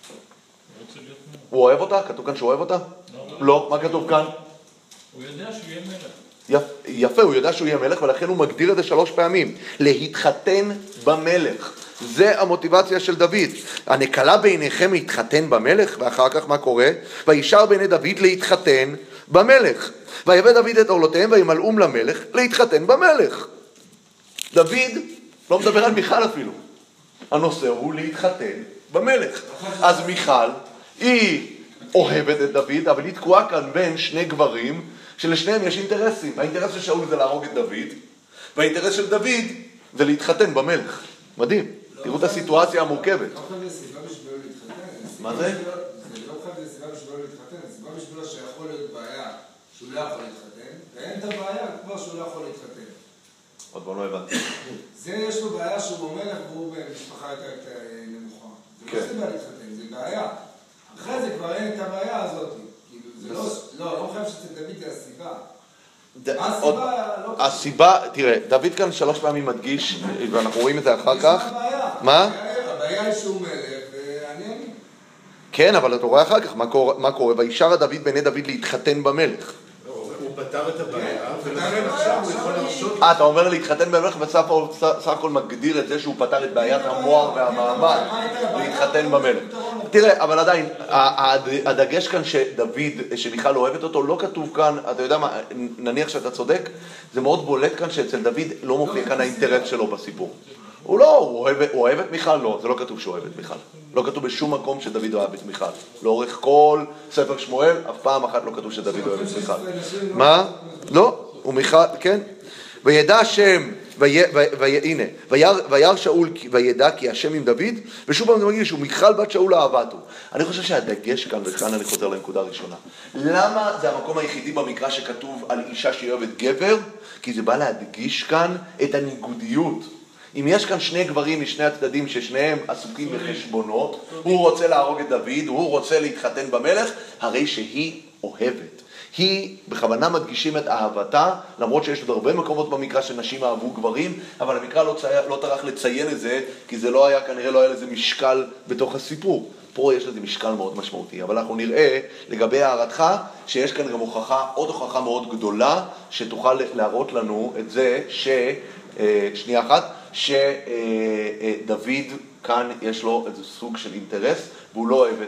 הוא אוהב אותה? כתוב כאן שהוא אוהב אותה? לא. מה כתוב כאן? הוא יודע שהוא יהיה מלך. יפה, הוא יודע שהוא יהיה מלך, ולכן הוא מגדיר את זה 3 פעמים. להתחתן במלך. זה המוטיבציה של דוד. הנקלה ביניכם להתחתן במלך, ואחר כך מה קורה? וישר בעיני דוד להתחתן במלך. ויבא דוד את עורלותיהם וימלאום למלך להתחתן במלך. דוד לא מדבר על מיכל אפילו. הנושא הוא להתחתן במלך. אז מיכל היא אוהבת את דוד, אבל היא תקועה כאן בין 2 גברים שלשניהם יש אינטרסים. האינטרס של שאול זה להרוג את דוד, והאינטרס של דוד זה להתחתן במלך. מדהים. תראו את הסיטואציה המורכבת. לא חייב לסיבה בשבילו להתחתן. מה זה? זה לא חייב לסיבה בשבילו להתחתן. זה סיבה בשבילו שיכול להיות בעיה שהוא לא יכול להתחתן, ואין את הבעיה כבר שהוא לא יכול להתחתן. עוד פעם לא הבנתי. זה יש לו בעיה שהוא מלך והוא במשפחה יותר נמוכה. זה לא סיבה להתחתן, זה בעיה. אחרי זה כבר אין את הבעיה הזאת. כאילו, זה לא חייב שאצל דוד זה הסיבה. הסיבה, תראה, דוד כאן 3 פעמים מדגיש, ואנחנו רואים את זה אחר כך. מה? הבעיה היא שהוא מלך, ואני... כן, אבל אתה רואה אחר כך, מה קורה? וישר דוד בעיני דוד להתחתן במלך. הוא פתר את הבעיה, ולכן עכשיו הוא יכול להרשות... אתה אומר להתחתן במלך, בסך הכל מגדיר את זה שהוא פתר את בעיית המוהר והמעמד, להתחתן במלך. תראה, אבל עדיין, הדגש כאן שמיכל אוהבת אותו, לא כתוב כאן, אתה יודע מה, נניח שאתה צודק, זה מאוד בולט כאן שאצל דוד לא מופיע כאן האינטרס שלו בסיפור. הוא לא, הוא אוהב את מיכל, לא, זה לא כתוב שהוא אוהב את מיכל. לא כתוב בשום מקום שדוד אוהב את מיכל. לאורך כל ספר שמואל, אף פעם אחת לא כתוב שדוד אוהב את מיכל. מה? לא, הוא מיכל, כן. וידע השם, הנה, וירא שאול וידע כי השם עם דוד, ושוב פעם זה מגיד שהוא מיכל בת שאול אהבתו. אני חושב שהדגש כאן, וכאן אני חוזר לנקודה הראשונה. למה זה המקום היחידי במקרא שכתוב על אישה שהיא אוהבת גבר? כי זה בא להדגיש כאן את הניגודיות. אם יש כאן שני גברים משני הצדדים ששניהם עסוקים בחשבונות, הוא רוצה להרוג את דוד, הוא רוצה להתחתן במלך, הרי שהיא אוהבת. היא בכוונה מדגישים את אהבתה, למרות שיש עוד הרבה מקומות במקרא שנשים אהבו גברים, אבל המקרא לא טרח לציין את זה, כי זה לא היה, כנראה לא היה לזה משקל בתוך הסיפור. פה יש לזה משקל מאוד משמעותי, אבל אנחנו נראה לגבי הערתך שיש כאן גם עוד הוכחה מאוד גדולה שתוכל להראות לנו את זה שנייה אחת, שדוד כאן יש לו איזה סוג של אינטרס והוא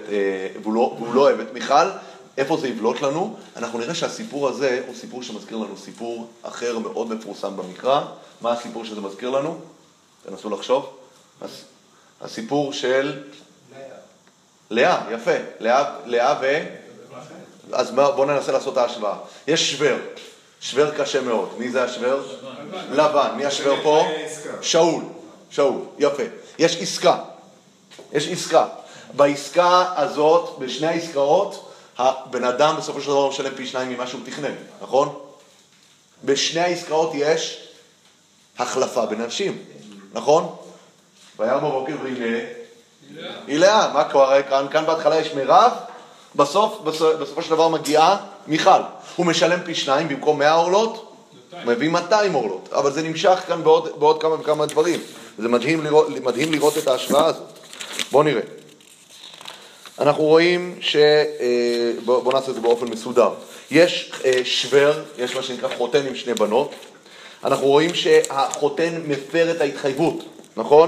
לא אוהב את מיכל. איפה זה יבלוט לנו? אנחנו נראה שהסיפור הזה הוא סיפור שמזכיר לנו סיפור אחר מאוד מפורסם במקרא. מה הסיפור שזה מזכיר לנו? תנסו לחשוב. הסיפור של לאה, יפה. לאה אז בואו ננסה לעשות את ההשוואה. יש שבר קשה מאוד. מי זה השבר? לבן. מי השבר פה? שאול, יפה. יש עסקה. בעסקה הזאת, בשני העסקאות, הבן אדם בסופו של דבר משלם פי 2 ממה שהוא תכנן, נכון? בשני העסקאות יש החלפה בין אנשים, נכון? וירא בבוקר והנה היא לאה. מה קורה כאן בהתחלה יש מירב, בסופו של דבר מגיעה מיכל. הוא משלם פי 2 במקום 100 עורלות, מביא 200 עורלות, אבל זה נמשך כאן בעוד כמה וכמה דברים. זה מדהים לראות את ההשוואה הזאת. בואו נראה. אנחנו רואים בואו נעשה את זה באופן מסודר. יש שבר, יש מה שנקרא חותן עם שני בנות. אנחנו רואים שהחותן מפר את ההתחייבות, נכון?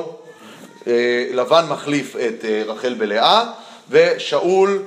לבן מחליף את רחל בלאה, ושאול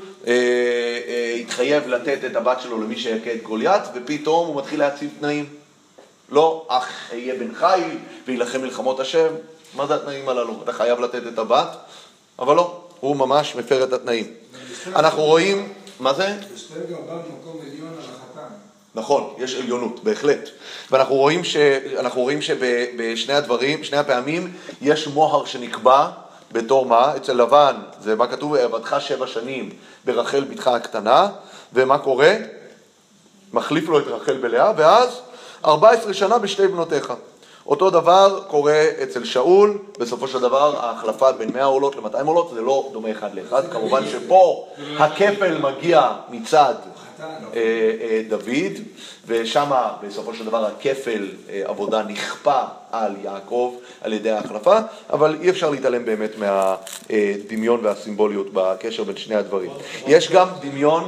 התחייב לתת את הבת שלו למי שיכה את גוליית, ופתאום הוא מתחיל להציב תנאים. לא, אך יהיה בן חיל וילחם מלחמות השם. מה זה התנאים הללו? אתה חייב לתת את הבת, אבל לא. הוא ממש מפר את התנאים. אנחנו רואים, מה זה? אסתר גם בא במקום עליון על החתן. נכון, יש עליונות, בהחלט. ואנחנו רואים שבשני הדברים, שני הפעמים, יש מוהר שנקבע בתור מה? אצל לבן, זה מה כתוב? עבדך 7 שנים ברחל בתך הקטנה, ומה קורה? מחליף לו את רחל בלאה, ואז 14 שנה בשתי בנותיך. אותו דבר קורה אצל שאול, בסופו של דבר ההחלפה בין 100 עורלות ל200 עורלות, זה לא דומה אחד לאחד, כמובן שפה הכפל מגיע מצד דוד, ושם בסופו של דבר הכפל עבודה נכפה על יעקב על ידי ההחלפה, אבל אי אפשר להתעלם באמת מהדמיון והסימבוליות בקשר בין שני הדברים. יש גם דמיון...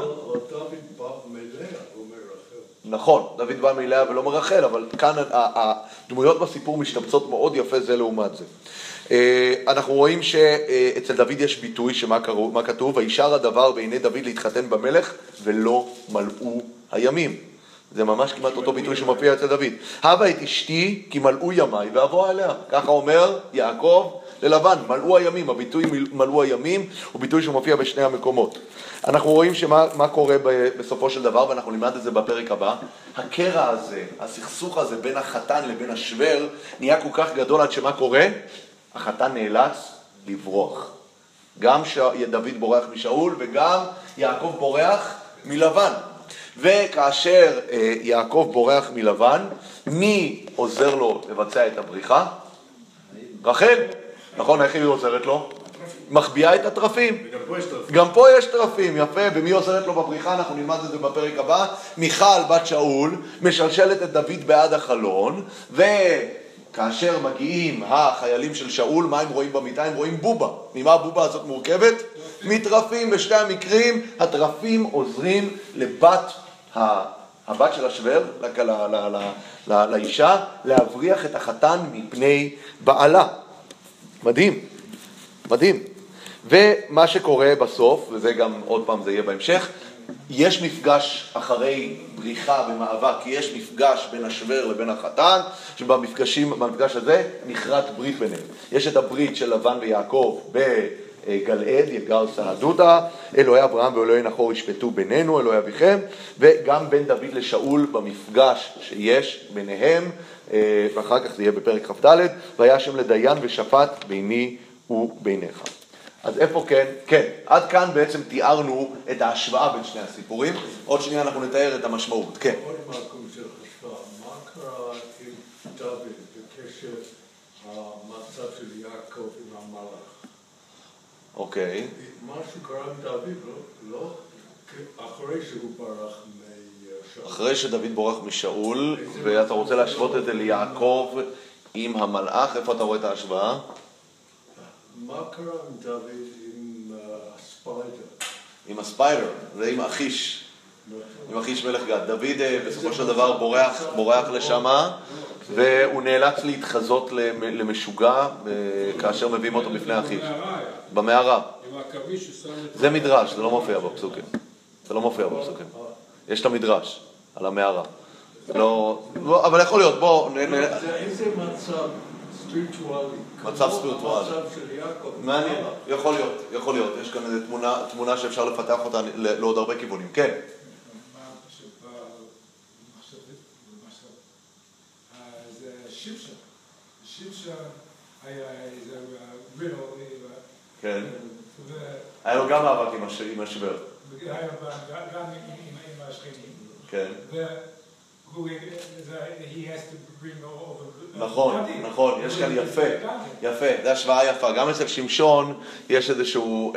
נכון, דוד בא מלאה ולא מרחל, אבל כאן הדמויות בסיפור משתבצות מאוד יפה זה לעומת זה. אנחנו רואים שאצל דוד יש ביטוי שמה כתוב? וישר הדבר בעיני דוד להתחתן במלך ולא מלאו הימים. זה ממש כמעט אותו ביטוי שמופיע אצל דוד. הבה את אשתי כי מלאו ימיי ואבוא אליה. ככה אומר יעקב ללבן, מלאו הימים. הביטוי מלאו הימים הוא ביטוי שמופיע בשני המקומות. אנחנו רואים שמה קורה בסופו של דבר, ואנחנו נלמד את זה בפרק הבא. הקרע הזה, הסכסוך הזה בין החתן לבין השבר, נהיה כל כך גדול עד שמה קורה? החתן נאלץ לברוח. גם דוד בורח משאול וגם יעקב בורח מלבן. וכאשר יעקב בורח מלבן, מי עוזר לו לבצע את הבריחה? רחל. נכון, איך היא עוזרת לו? מחביאה את הטרפים. גם פה יש טרפים, יפה. ומי עוזרת לו בבריחה? אנחנו נלמד את זה בפרק הבא. מיכל בת שאול משלשלת את דוד בעד החלון, וכאשר מגיעים החיילים של שאול, מה הם רואים במיטה? הם רואים בובה. ממה הבובה הזאת מורכבת? מטרפים. בשתי המקרים הטרפים עוזרים לבת הבת של השבר, לאישה, להבריח את החתן מפני בעלה. מדהים, מדהים. ומה שקורה בסוף, וזה גם עוד פעם זה יהיה בהמשך, יש מפגש אחרי בריחה ומאבק, כי יש מפגש בין השבר לבין החתן, שבמפגש הזה נחרת ברית ביניהם. יש את הברית של לבן ויעקב בגלעד, יגר סהדותא, אלוהי אברהם ואלוהי נחור ישפטו בינינו, אלוהי אביכם, וגם בין דוד לשאול במפגש שיש ביניהם, ואחר כך זה יהיה בפרק כ"ד, והיה שם לדיין ושפט ביני וביניך. אז איפה כן? כן, עד כאן בעצם תיארנו את ההשוואה בין שני הסיפורים. עוד שנייה אנחנו נתאר את המשמעות. כן. עוד מקום של השוואה. מה קרה עם דוד בקשר המצב של יעקב עם המלאך. אוקיי. מה שקרה עם דוד, לא אחרי שהוא ברח משאול. אחרי שדוד בורח משאול, ואתה רוצה להשוות את זה ליעקב עם המלאך, איפה אתה רואה את ההשוואה? מה קרה עם דוד עם הספיידר? עם הספיידר, זה עם אחיש. עם אחיש מלך גת. דוד בסופו של דבר בורח לשמה, והוא נאלץ להתחזות למשוגע כאשר מביאים אותו בפני אחיש. במערה. זה מדרש, זה לא מופיע בפסוקים. זה לא מופיע בפסוקים. יש את המדרש על המערה. לא, אבל יכול להיות, בוא... זה איזה מצב ספיריטואלי? מצב ספיריטואלי. מצב של יעקב. מעניין, יכול להיות. יש כאן איזו תמונה שאפשר לפתח אותה לעוד הרבה כיוונים. כן. שמשון היה איזה רידל, כן. היה לו גם מאבק עם השבר. היה גם עם השכנים. כן. והוא, he has to bring over... נכון, יש כאן יפה, זה השוואה יפה. גם אצל שמשון יש איזשהו...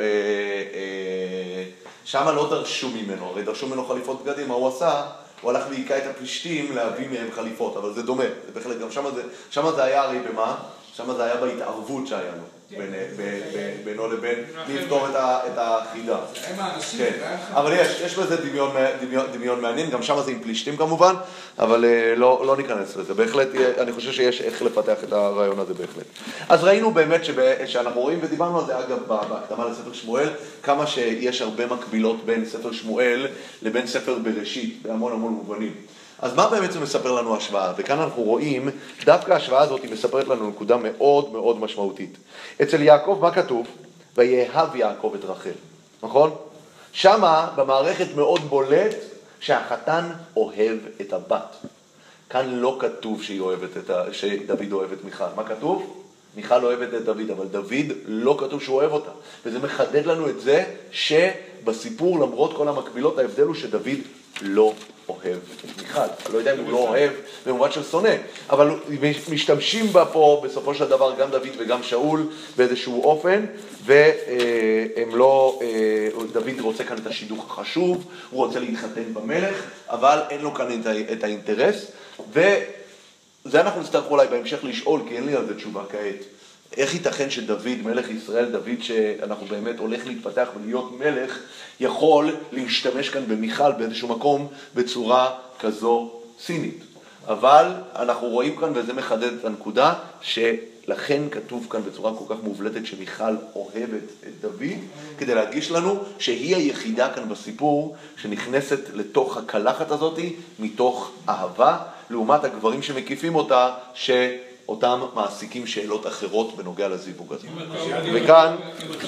שמה לא דרשו ממנו, הרי דרשו ממנו חליפות בגדים, מה הוא עשה? הוא הלך והיכה את הפלישתים להביא מהם חליפות, אבל זה דומה, זה בהחלט, גם שמה זה היה הרי במה? שמה זה היה בהתערבות שהיה לו, בינו לבין לפתור את החידה. הם האנשים, אבל יש בזה דמיון מעניין, גם שמה זה עם פלישתים כמובן, אבל לא ניכנס לזה, בהחלט, אני חושב שיש איך לפתח את הרעיון הזה בהחלט. אז ראינו באמת שאנחנו רואים, ודיברנו על זה אגב בהקדמה לספר שמואל, כמה שיש הרבה מקבילות בין ספר שמואל לבין ספר בראשית, בהמון מובנים. אז מה באמת זה מספר לנו השוואה? וכאן אנחנו רואים, דווקא ההשוואה הזאת היא מספרת לנו נקודה מאוד מאוד משמעותית. אצל יעקב מה כתוב? ויאהב יעקב את רחל, נכון? שמה במערכת מאוד בולט שהחתן אוהב את הבת. כאן לא כתוב שדוד אוהב את מיכל. מה כתוב? מיכל אוהבת את דוד, אבל דוד לא כתוב שהוא אוהב אותה. וזה מחדד לנו את זה שבסיפור למרות כל המקבילות ההבדל הוא שדוד לא אוהב את מיכל. אני לא יודע אם הוא לא אוהב במובן של שונא, אבל משתמשים בה פה בסופו של דבר גם דוד וגם שאול באיזשהו אופן, והם לא, דוד רוצה כאן את השידוך החשוב, הוא רוצה להתחתן במלך, אבל אין לו כאן את האינטרס, וזה אנחנו נצטרך אולי בהמשך לשאול, כי אין לי על זה תשובה כעת. איך ייתכן שדוד, מלך ישראל, דוד שאנחנו באמת הולך להתפתח ולהיות מלך, יכול להשתמש כאן במיכל באיזשהו מקום בצורה כזו סינית. אבל אנחנו רואים כאן, וזה מחדד את הנקודה, שלכן כתוב כאן בצורה כל כך מובלטת שמיכל אוהבת את דוד, כדי להדגיש לנו שהיא היחידה כאן בסיפור שנכנסת לתוך הקלחת הזאת מתוך אהבה, לעומת הגברים שמקיפים אותה אותם מעסיקים שאלות אחרות בנוגע לזיווג הזה. וכאן...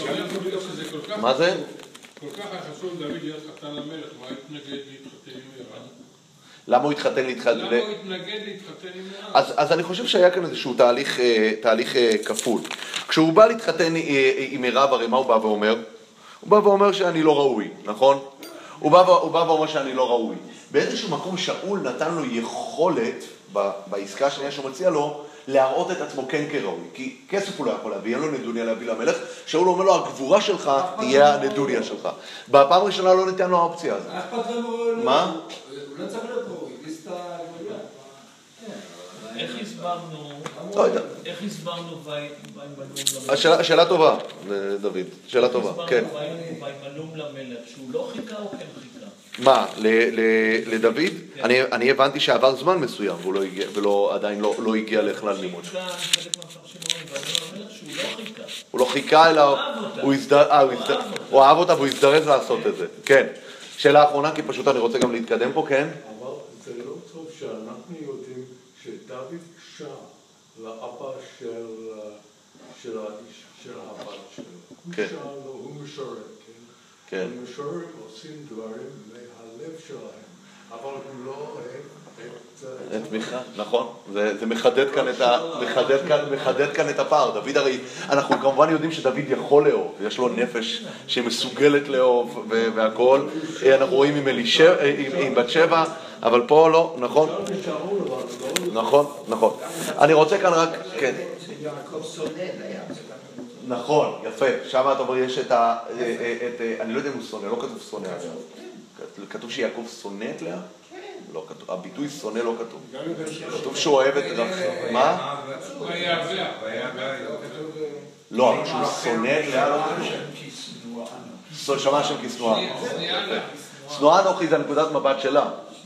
מה זה? כל כך חשוב דוד להיות חתן למלך, מה התנגד להתחתן עם מירב? למה הוא התחתן להתחתן? למה הוא התנגד להתחתן עם מירב? אז אני חושב שהיה כאן איזשהו תהליך כפול. כשהוא בא להתחתן עם מירב, הרי מה הוא בא ואומר? הוא בא ואומר שאני לא ראוי, נכון? הוא בא ואומר שאני לא ראוי. באיזשהו מקום שאול נתן לו יכולת, בעסקה השנייה שהוא מציע לו, להראות את עצמו כן כראוי, כי כסף הוא לא יכול להביא, אין לו נדוניה להביא למלך, שאול אומר לו, הגבורה שלך תהיה הנדוניה שלך. בפעם הראשונה לא ניתן לו האופציה הזאת. מה? הוא לא צריך להיות ראוי, ליסטה גבויה. איך הסברנו וימלום? שאלה טובה, דוד, שאלה טובה, כן. וימלום למלך, שהוא לא חיכה או כן חיכה? מה, לדוד? אני הבנתי שעבר זמן מסוים, והוא עדיין לא הגיע לכלל לימוד. הוא לא חיכה, אלא הוא אהב אותה והוא הזדרז לעשות את זה. כן. שאלה האחרונה, כי פשוט אני רוצה גם להתקדם פה, כן? אבל זה לא טוב שאנחנו יודעים שדוד שר לאבא של הבת שלו. הוא שר לו, הוא משרת, כן? המשוררים עושים דברים מהלב שלהם, אבל הוא לא אוהב את מיכל, נכון, זה מחדד כאן את הפער. דוד הרי, אנחנו כמובן יודעים שדוד יכול לאהוב, יש לו נפש שמסוגלת לאהוב והכל, אנחנו רואים עם בת שבע, אבל פה לא, נכון? נכון. אני רוצה כאן רק, כן. יעקב שונא לאה. נכון, יפה. שם אתה אומר, יש את ה... אני לא יודע אם הוא שונא, לא כתוב שונא. כתוב שיעקב שונא את לאה? כן. לא כתוב, הביטוי שונא לא כתוב. כתוב שהוא אוהב את... מה? לא, אבל שהוא שונא את לאה לא כתוב. שמע השם כשנואה. שנואה אנוכי זה נקודת מבט שלה.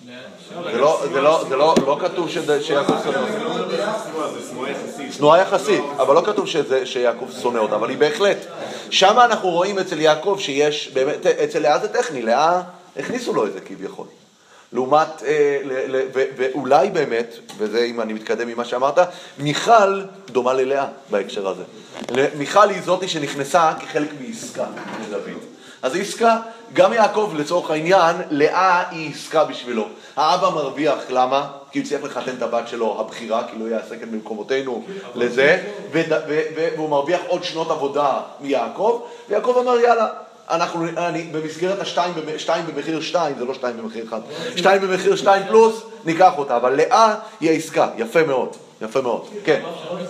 זה לא כתוב שיעקב שונא אותה. שנואה יחסית, אבל לא כתוב שיעקב שונא אותה, אבל היא בהחלט. שם אנחנו רואים אצל יעקב שיש, באמת, אצל לאה זה טכני, לאה הכניסו לו את זה כביכול. לעומת, ואולי באמת, וזה אם אני מתקדם ממה שאמרת, מיכל דומה ללאה בהקשר הזה. מיכל היא זאתי שנכנסה כחלק מעסקה לדוד. אז עסקה, גם יעקב לצורך העניין, לאה היא עסקה בשבילו. האבא מרוויח, למה? כי הוא צריך לחתן את הבת שלו, הבחירה, כי לא יעשה כאן במקומותינו לזה, והוא מרוויח עוד שנות עבודה מיעקב, ויעקב אמר יאללה, אני במסגרת השתיים במחיר 2, זה לא 2 במחיר 1, 2 במחיר 2 פלוס, ניקח אותה, אבל לאה היא העסקה, יפה מאוד, כן.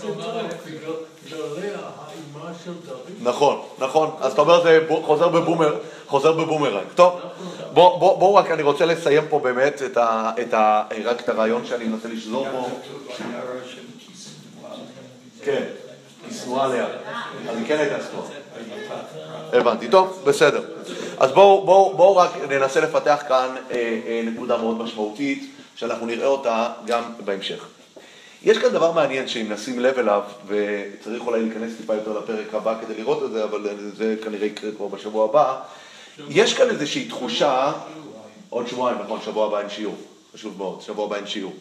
נכון, אז אתה אומר זה חוזר בבומרנג. טוב, בואו רק, אני רוצה לסיים פה באמת רק את הרעיון שאני מנסה לשזור פה. כן, כשנואה לאה. אז היא כן הייתה שנואה. הבנתי, טוב, בסדר. אז בואו רק ננסה לפתח כאן נקודה מאוד משמעותית, שאנחנו נראה אותה גם בהמשך. יש כאן דבר מעניין שאם נשים לב אליו, וצריך אולי להיכנס טיפה יותר לפרק הבא כדי לראות את זה, אבל זה כנראה יקרה כבר בשבוע הבא. יש כאן איזושהי תחושה, עוד שבועיים, נכון, שבוע הבא אין שיעור, חשוב מאוד, שבוע הבא אין שיעור.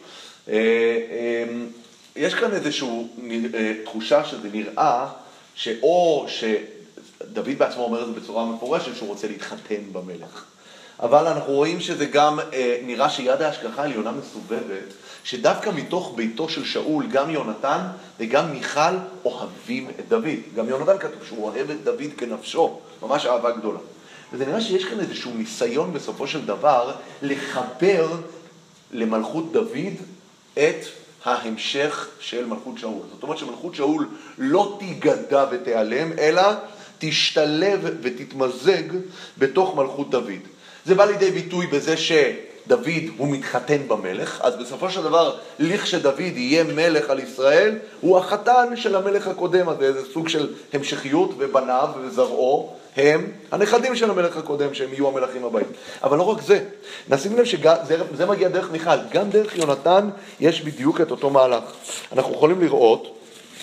יש כאן איזושהי תחושה שזה נראה, או שדוד בעצמו אומר את זה בצורה מפורשת, שהוא רוצה להתחתן במלך. אבל אנחנו רואים שזה גם נראה שיד ההשגחה העליונה מסובבת, שדווקא מתוך ביתו של שאול, גם יונתן וגם מיכל אוהבים את דוד. גם יונתן כתוב שהוא אוהב את דוד כנפשו, ממש אהבה גדולה. וזה נראה שיש כאן איזשהו ניסיון בסופו של דבר לחבר למלכות דוד את ההמשך של מלכות שאול. זאת אומרת שמלכות שאול לא תיגדע ותיעלם, אלא תשתלב ותתמזג בתוך מלכות דוד. זה בא לידי ביטוי בזה שדוד הוא מתחתן במלך, אז בסופו של דבר, לכשדוד יהיה מלך על ישראל, הוא החתן של המלך הקודם הזה, זה סוג של המשכיות, ובניו וזרעו הם הנכדים של המלך הקודם, שהם יהיו המלכים הבאים. אבל לא רק זה, נשים לב שזה מגיע דרך מיכל, גם דרך יונתן יש בדיוק את אותו מהלך. אנחנו יכולים לראות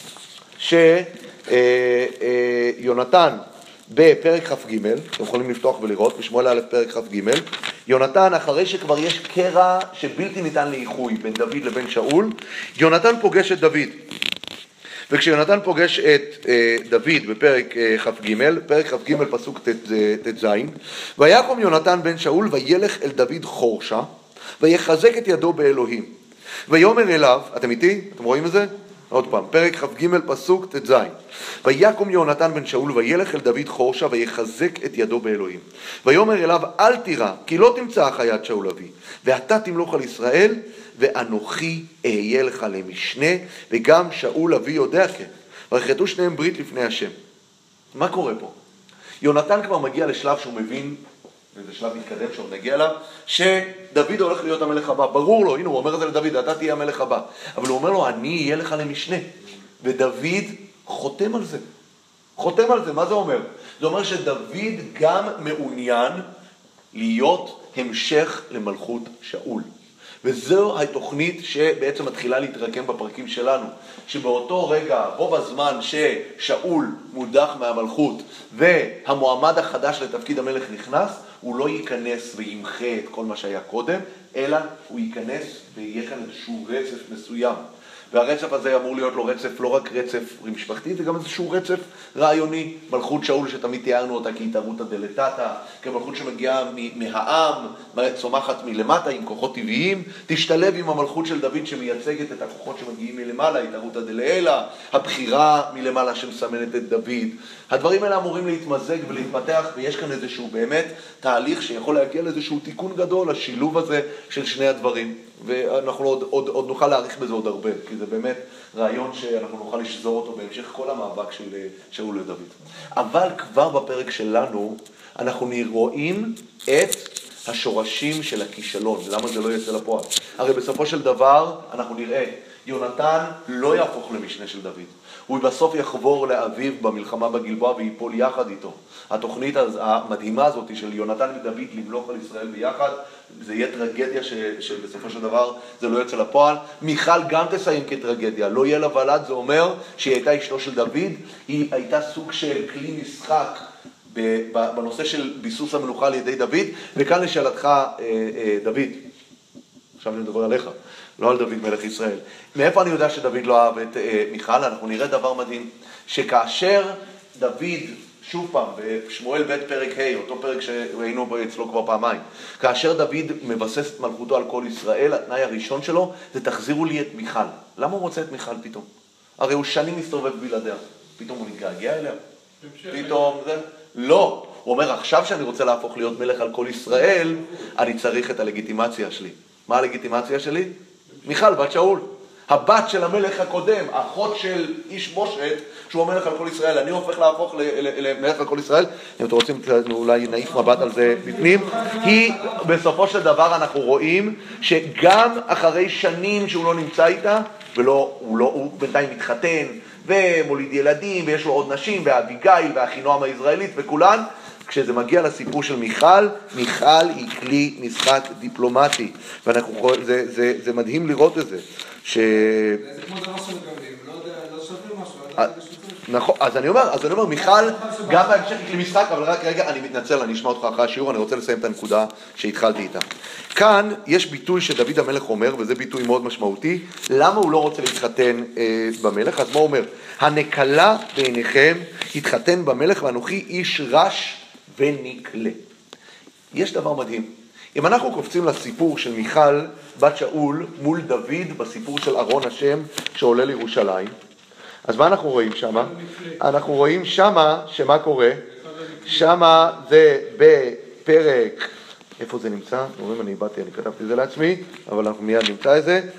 שיונתן, בפרק כ"ג, אתם יכולים לפתוח ולראות, בשמואל א' פרק כ"ג, יונתן, אחרי שכבר יש קרע שבלתי ניתן לאיחוי בין דוד לבין שאול, יונתן פוגש את דוד. וכשיונתן פוגש את דוד בפרק כ"ג, פרק כ"ג פסוק ט"ז, ויקום יונתן בן שאול וילך אל דוד חורשה, ויחזק את ידו באלוהים. ויאמר אליו, אתם איתי? אתם רואים את זה? עוד פעם, פרק כ"ג פסוק ט"ז. ויקום יונתן בן שאול וילך אל דוד חורשה ויחזק את ידו באלוהים. ויאמר אליו אל תירא, כי לא תמצא החיית שאול אבי, ואתה תמלוך על ישראל, ואנוכי אהיה לך למשנה, וגם שאול אבי יודע כן. ויכרתו שניהם ברית לפני השם. מה קורה פה? יונתן כבר מגיע לשלב שהוא מבין, וזה שלב מתקדם שעוד נגיע אליו, שדוד הולך להיות המלך הבא. ברור לו, הנה הוא אומר את זה לדוד, אתה תהיה המלך הבא. אבל הוא אומר לו, אני אהיה לך למשנה. ודוד חותם על זה. חותם על זה, מה זה אומר? זה אומר שדוד גם מעוניין להיות המשך למלכות שאול. וזו התוכנית שבעצם מתחילה להתרקם בפרקים שלנו. שבאותו רגע, בו בזמן ששאול מודח מהמלכות והמועמד החדש לתפקיד המלך נכנס, הוא לא ייכנס וימחה את כל מה שהיה קודם, אלא הוא ייכנס ויהיה כאן איזשהו רצף מסוים. והרצף הזה אמור להיות לו רצף, לא רק רצף משפחתי, זה גם איזשהו רצף רעיוני. מלכות שאול שתמיד תיארנו אותה כהתערותא דלתתא, כמלכות שמגיעה מהעם, צומחת מלמטה עם כוחות טבעיים, תשתלב עם המלכות של דוד שמייצגת את הכוחות שמגיעים מלמעלה, התערותא דלעילא, הבחירה מלמעלה שמסמנת את דוד. הדברים האלה אמורים להתמזג ולהתפתח, ויש כאן איזשהו באמת תהליך שיכול להגיע לאיזשהו תיקון גדול, השילוב הזה של שני הדברים. ואנחנו עוד נוכל להעריך בזה עוד הרבה, כי זה באמת רעיון שאנחנו נוכל לשזור אותו בהמשך כל המאבק של שאול ודוד. אבל כבר בפרק שלנו אנחנו רואים את השורשים של הכישלון, למה זה לא יצא לפועל. הרי בסופו של דבר אנחנו נראה, יונתן לא יהפוך למשנה של דוד. הוא בסוף יחבור לאביו במלחמה בגלבוע ויפול יחד איתו. התוכנית המדהימה הזאת של יונתן ודוד למלוך על ישראל ביחד, זה יהיה טרגדיה שבסופו של דבר זה לא יוצא לפועל. מיכל גם תסיים כטרגדיה, לא יהיה לה ולד, זה אומר שהיא הייתה אשתו של דוד, היא הייתה סוג של כלי משחק בנושא של ביסוס המלוכה על ידי דוד. וכאן לשאלתך, דוד, עכשיו אני מדבר עליך, לא על דוד מלך ישראל. מאיפה אני יודע שדוד לא אהב את מיכל? אנחנו נראה דבר מדהים, שכאשר דוד, שוב פעם, בשמואל ב' פרק ה', אותו פרק שהיינו אצלו כבר פעמיים, כאשר דוד מבסס את מלכותו על כל ישראל, התנאי הראשון שלו זה תחזירו לי את מיכל. למה הוא רוצה את מיכל פתאום? הרי הוא שנים מסתובב בלעדיה. פתאום הוא מתגעגע אליה? פתאום זה? לא. הוא אומר, עכשיו שאני רוצה להפוך להיות מלך על כל ישראל, אני צריך את הלגיטימציה שלי. מה הלגיטימציה שלי? מיכל, בת שאול. הבת של המלך הקודם, האחות של איש בושת, שהוא המלך על כל ישראל. אני הופך להפוך למלך על כל ישראל. אם אתם רוצים, אולי נעיף מבט על זה בפנים. היא, בסופו של דבר, אנחנו רואים שגם אחרי שנים שהוא לא נמצא איתה, הוא בינתיים מתחתן, ומוליד ילדים, ויש לו עוד נשים, ואביגיל, והחינועם הישראלית, וכולן, כשזה מגיע לסיפור של מיכל, מיכל היא כלי משחק דיפלומטי. זה מדהים לראות את זה. זה כמו דבר שמקבלים, לא שווים משהו, לא יודע נכון, אז אני אומר, מיכל, גם בהמשך היא כלי משחק, אבל רק רגע, אני מתנצל, אני אשמע אותך אחרי השיעור, אני רוצה לסיים את הנקודה שהתחלתי איתה. כאן יש ביטוי שדוד המלך אומר, וזה ביטוי מאוד משמעותי, למה הוא לא רוצה להתחתן במלך? אז מה הוא אומר? הנקלה בעיניכם התחתן במלך ואנוכי איש רש ונקלה. יש דבר מדהים. אם אנחנו קופצים לסיפור של מיכל בת שאול מול דוד בסיפור של ארון השם שעולה לירושלים, אז מה אנחנו רואים שמה? אנחנו רואים שמה, שמה קורה? שמה זה בפרק, איפה זה נמצא? אומרים, אני כתבתי זה לעצמי, אבל אנחנו מיד נמצא את זה.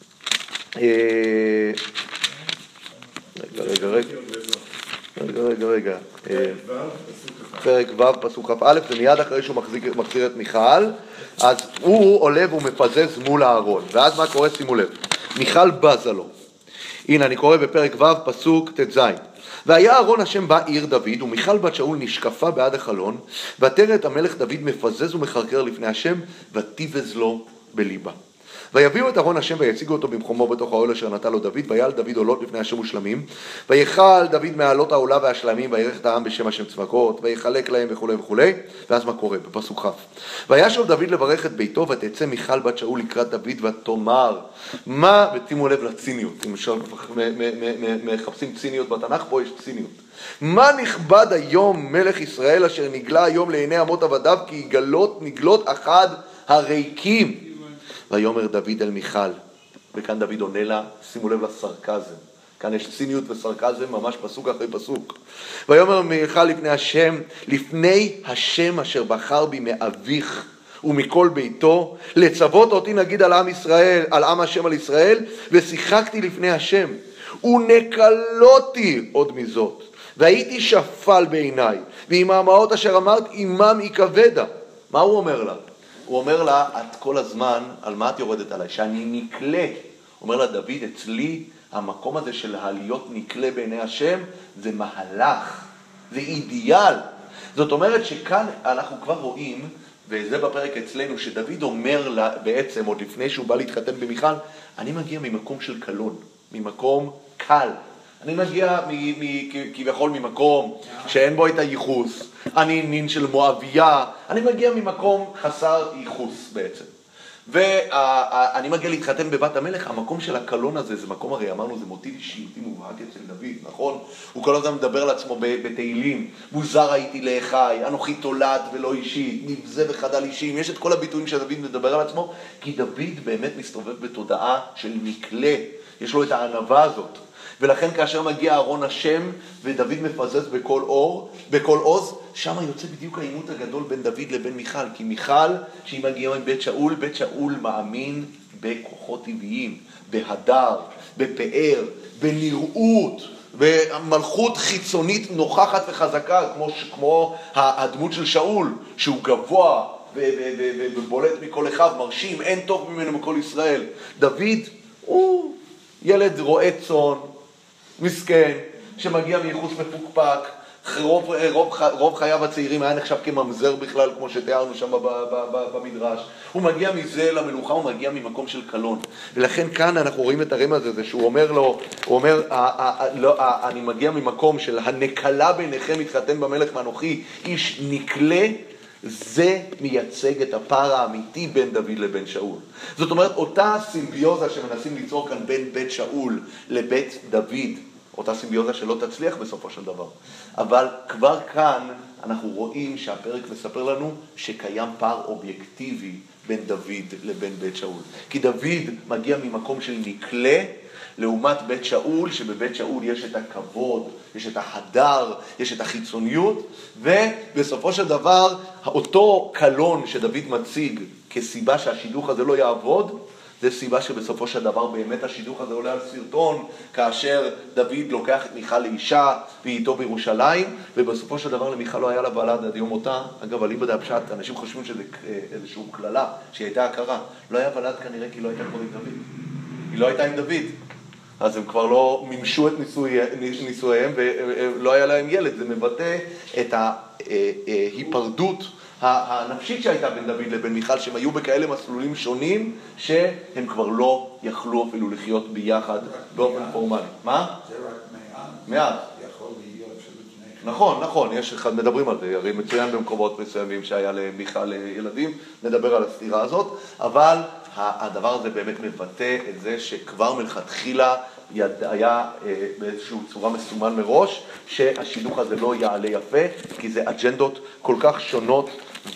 רגע. פרק ו' פסוק כ"א, זה מיד אחרי שהוא מחזיר את מיכל, אז הוא עולה והוא מפזז מול הארון, ואז מה קורה? שימו לב, מיכל בזה לו. הנה אני קורא בפרק ו' פסוק ט"ז. והיה ארון השם בא עיר דוד, ומיכל בת שאול נשקפה בעד החלון, ותראה את המלך דוד מפזז ומחרקר לפני השם, ותיבז לו בליבה. ויביאו את ארון השם ויציגו אותו במקומו בתוך האוהל אשר נטע לו דוד, ויעל דוד עולות לפני השם ושלמים, ויכל דוד מעלות העולה והשלמים, וירך את העם בשם השם צבאות, ויחלק להם וכו' וכו'. ואז מה קורה? בפסוק כ'. וישוב דוד לברך את ביתו, ותצא מיכל בת שאול לקראת דוד ותאמר, מה, ותשימו לב לציניות, אם מחפשים ציניות בתנ"ך, פה יש ציניות. מה נכבד היום מלך ישראל אשר נגלה היום לעיני אמות עבדיו, כי יגלות נגלות אחד הריקים. ויאמר דוד אל מיכל, וכאן דוד עונה לה, שימו לב לסרקזם, כאן יש ציניות וסרקזם ממש פסוק אחרי פסוק. ויאמר מיכל לפני השם אשר בחר בי מאביך ומכל ביתו, לצוות אותי נגיד על עם ישראל, על עם השם על ישראל, ושיחקתי לפני השם, ונקלותי עוד מזאת, והייתי שפל בעיניי, ועם המעות אשר אמרת עמם יכבדה. מה הוא אומר לה? הוא אומר לה, את כל הזמן, על מה את יורדת עליי? שאני נקלה. הוא אומר לה, דוד, אצלי, המקום הזה של להיות נקלה בעיני השם, זה מהלך, זה אידיאל. זאת אומרת שכאן אנחנו כבר רואים, וזה בפרק אצלנו, שדוד אומר לה, בעצם, עוד לפני שהוא בא להתחתן במיכל, אני מגיע ממקום של קלון, ממקום קל. אני מגיע כביכול ממקום שאין בו את הייחוס. אני נין של מואביה, אני מגיע ממקום חסר ייחוס בעצם. ואני מגיע להתחתן בבת המלך, המקום של הקלון הזה, זה מקום, הרי אמרנו, זה מוטיב אישיותי מובהק אצל דוד, נכון? הוא כל הזמן מדבר על עצמו בתהילים, מוזר הייתי לאחי, אנוכי תולד ולא אישית, נבזה וחדל אישים, יש את כל הביטויים שדוד מדבר על עצמו, כי דוד באמת מסתובב בתודעה של נקלה, יש לו את הענווה הזאת. ולכן כאשר מגיע ארון השם ודוד מפזז בכל עוז, שם יוצא בדיוק העימות הגדול בין דוד לבין מיכל, כי מיכל, שהיא מגיעה מבית שאול, בית שאול מאמין בכוחות טבעיים, בהדר, בפאר, בנראות, במלכות חיצונית נוכחת וחזקה, כמו הדמות של שאול, שהוא גבוה ובולט מכל אחד, מרשים, אין טוב ממנו מכל ישראל. דוד הוא ילד רועה צאן, מסכן, שמגיע מייחוס מפוקפק, רוב חייו הצעירים היה נחשב כממזר בכלל, כמו שתיארנו שם במדרש. הוא מגיע מזה למלוכה, הוא מגיע ממקום של קלון. ולכן כאן אנחנו רואים את הרמז הזה, שהוא אומר לו, הוא אומר, אני מגיע ממקום של הנקלה ביניכם, מתחתן במלך מאנוכי, איש נקלה, זה מייצג את הפער האמיתי בין דוד לבין שאול. זאת אומרת, אותה סימביוזה שמנסים ליצור כאן בין בית שאול לבית דוד, אותה סימביוזה שלא תצליח בסופו של דבר. אבל כבר כאן אנחנו רואים שהפרק מספר לנו שקיים פער אובייקטיבי בין דוד לבין בית שאול. כי דוד מגיע ממקום של נקלה, לעומת בית שאול, שבבית שאול יש את הכבוד, יש את ההדר, יש את החיצוניות, ובסופו של דבר, אותו קלון שדוד מציג כסיבה שהשידוך הזה לא יעבוד, זה סיבה שבסופו של דבר באמת השידוך הזה עולה על סרטון, כאשר דוד לוקח את מיכל לאישה, והיא איתו בירושלים, ובסופו של דבר למיכל לא היה לה ולד עד יום מותה. אגב, אליבא דאפשט, אנשים חושבים שזה איזשהו כללה, שהיא הייתה הכרה. לא היה ולד כנראה כי לא הייתה כבר עם דוד. היא לא הייתה עם דוד. אז הם כבר לא מימשו את נישואיהם ולא היה להם ילד. זה מבטא את ההיפרדות הנפשית שהייתה בין דוד לבין מיכל, שהם היו בכאלה מסלולים שונים שהם כבר לא יכלו אפילו לחיות ביחד באופן פורמלי. מה? זה רק מעט. יכול להיות שלפני. נכון, יש אחד, מדברים על זה, הרי מצוין במקומות מסוימים שהיה למיכל ילדים, נדבר על הסתירה הזאת, אבל הדבר הזה באמת מבטא את זה שכבר מלכתחילה היה באיזושהי צורה מסומן מראש, שהשידוך הזה לא יעלה יפה, כי זה אג'נדות כל כך שונות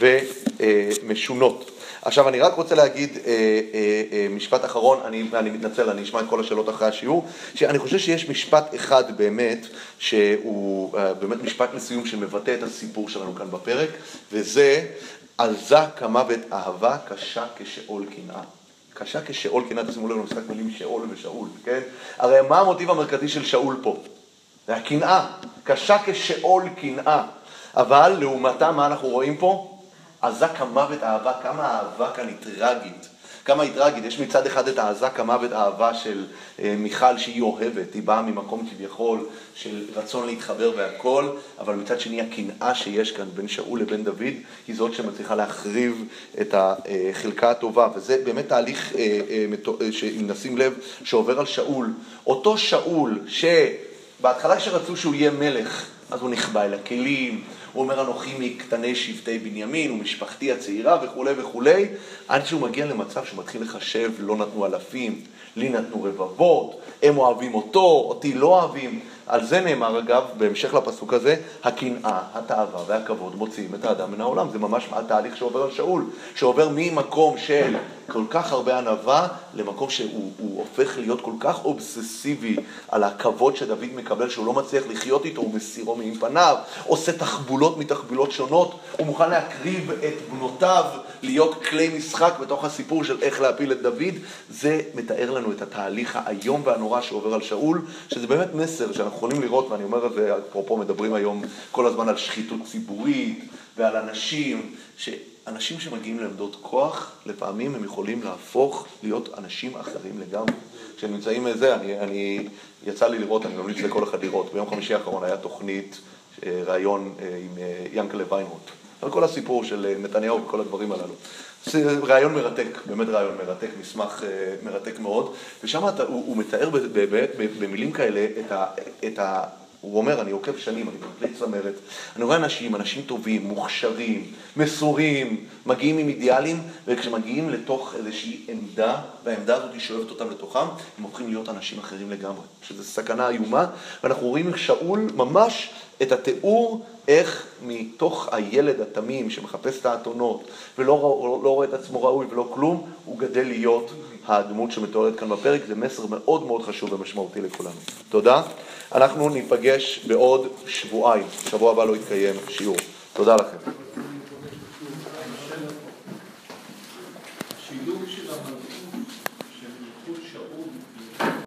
ומשונות. עכשיו אני רק רוצה להגיד משפט אחרון, אני מתנצל, אני אשמע את כל השאלות אחרי השיעור, שאני חושב שיש משפט אחד באמת, שהוא באמת משפט לסיום שמבטא את הסיפור שלנו כאן בפרק, וזה עזה כמוות אהבה, קשה כשאול קנאה. קשה כשאול קנאה, תשימו לנו משחק מילים שאול ושאול, כן? הרי מה המוטיב המרכזי של שאול פה? זה הקנאה, קשה כשאול קנאה. אבל לעומתה, מה אנחנו רואים פה? עזה כמוות אהבה, כמה האהבה כאן היא טרגית. כמה היא טרגית. יש מצד אחד את העזה כמוות אהבה של מיכל שהיא אוהבת, היא באה ממקום כביכול של רצון להתחבר והכל, אבל מצד שני הקנאה שיש כאן בין שאול לבין דוד, היא זאת שמצליחה להחריב את החלקה הטובה, וזה באמת תהליך שאם נשים לב שעובר על שאול. אותו שאול שבהתחלה שרצו שהוא יהיה מלך, אז הוא נכבה אל הכלים, הוא אומר אנוכי מקטני שבטי בנימין ומשפחתי הצעירה וכו' וכו', עד שהוא מגיע למצב שהוא מתחיל לחשב, לא נתנו אלפים, לי נתנו רבבות, הם אוהבים אותי לא אוהבים. על זה נאמר אגב, בהמשך לפסוק הזה, הקנאה, התאווה והכבוד מוציאים את האדם מן העולם. זה ממש התהליך שעובר על שאול, שעובר ממקום של כל כך הרבה ענווה, למקום שהוא הופך להיות כל כך אובססיבי על הכבוד שדוד מקבל, שהוא לא מצליח לחיות איתו, הוא מסירו מעם פניו, עושה תחבולות מתחבולות שונות, הוא מוכן להקריב את בנותיו, להיות כלי משחק בתוך הסיפור של איך להפיל את דוד. זה מתאר לנו את התהליך האיום והנורא שעובר על שאול, שזה באמת מסר שאנחנו יכולים לראות, ואני אומר את זה, אפרופו מדברים היום כל הזמן על שחיתות ציבורית ועל אנשים שמגיעים לעמדות כוח, לפעמים הם יכולים להפוך להיות אנשים אחרים לגמרי. כשנמצאים בזה, אני יצא לי לראות, אני ממליץ לכל אחד לראות, ביום חמישי האחרון היה תוכנית, ראיון עם ינקלה ויינרוט, על כל הסיפור של נתניהו וכל הדברים הללו. זה ראיון מרתק, באמת ראיון מרתק, מסמך מרתק מאוד, ושם הוא מתאר באמת במילים כאלה את הוא אומר, אני עוקב שנים, אני מקליט צמרת, אני רואה אנשים טובים, מוכשרים, מסורים, מגיעים עם אידיאלים, וכשמגיעים לתוך איזושהי עמדה, והעמדה הזאת היא שואבת אותם לתוכם, הם הופכים להיות אנשים אחרים לגמרי, שזו סכנה איומה, ואנחנו רואים שאול ממש את התיאור איך מתוך הילד התמים שמחפש את האתונות ולא רואה את עצמו ראוי ולא כלום, הוא גדל להיות הדמות שמתוארת כאן בפרק. זה מסר מאוד מאוד חשוב ומשמעותי לכולנו. תודה. אנחנו ניפגש בעוד שבועיים. שבוע הבא לא יתקיים שיעור. תודה לכם. השילוב של המלכות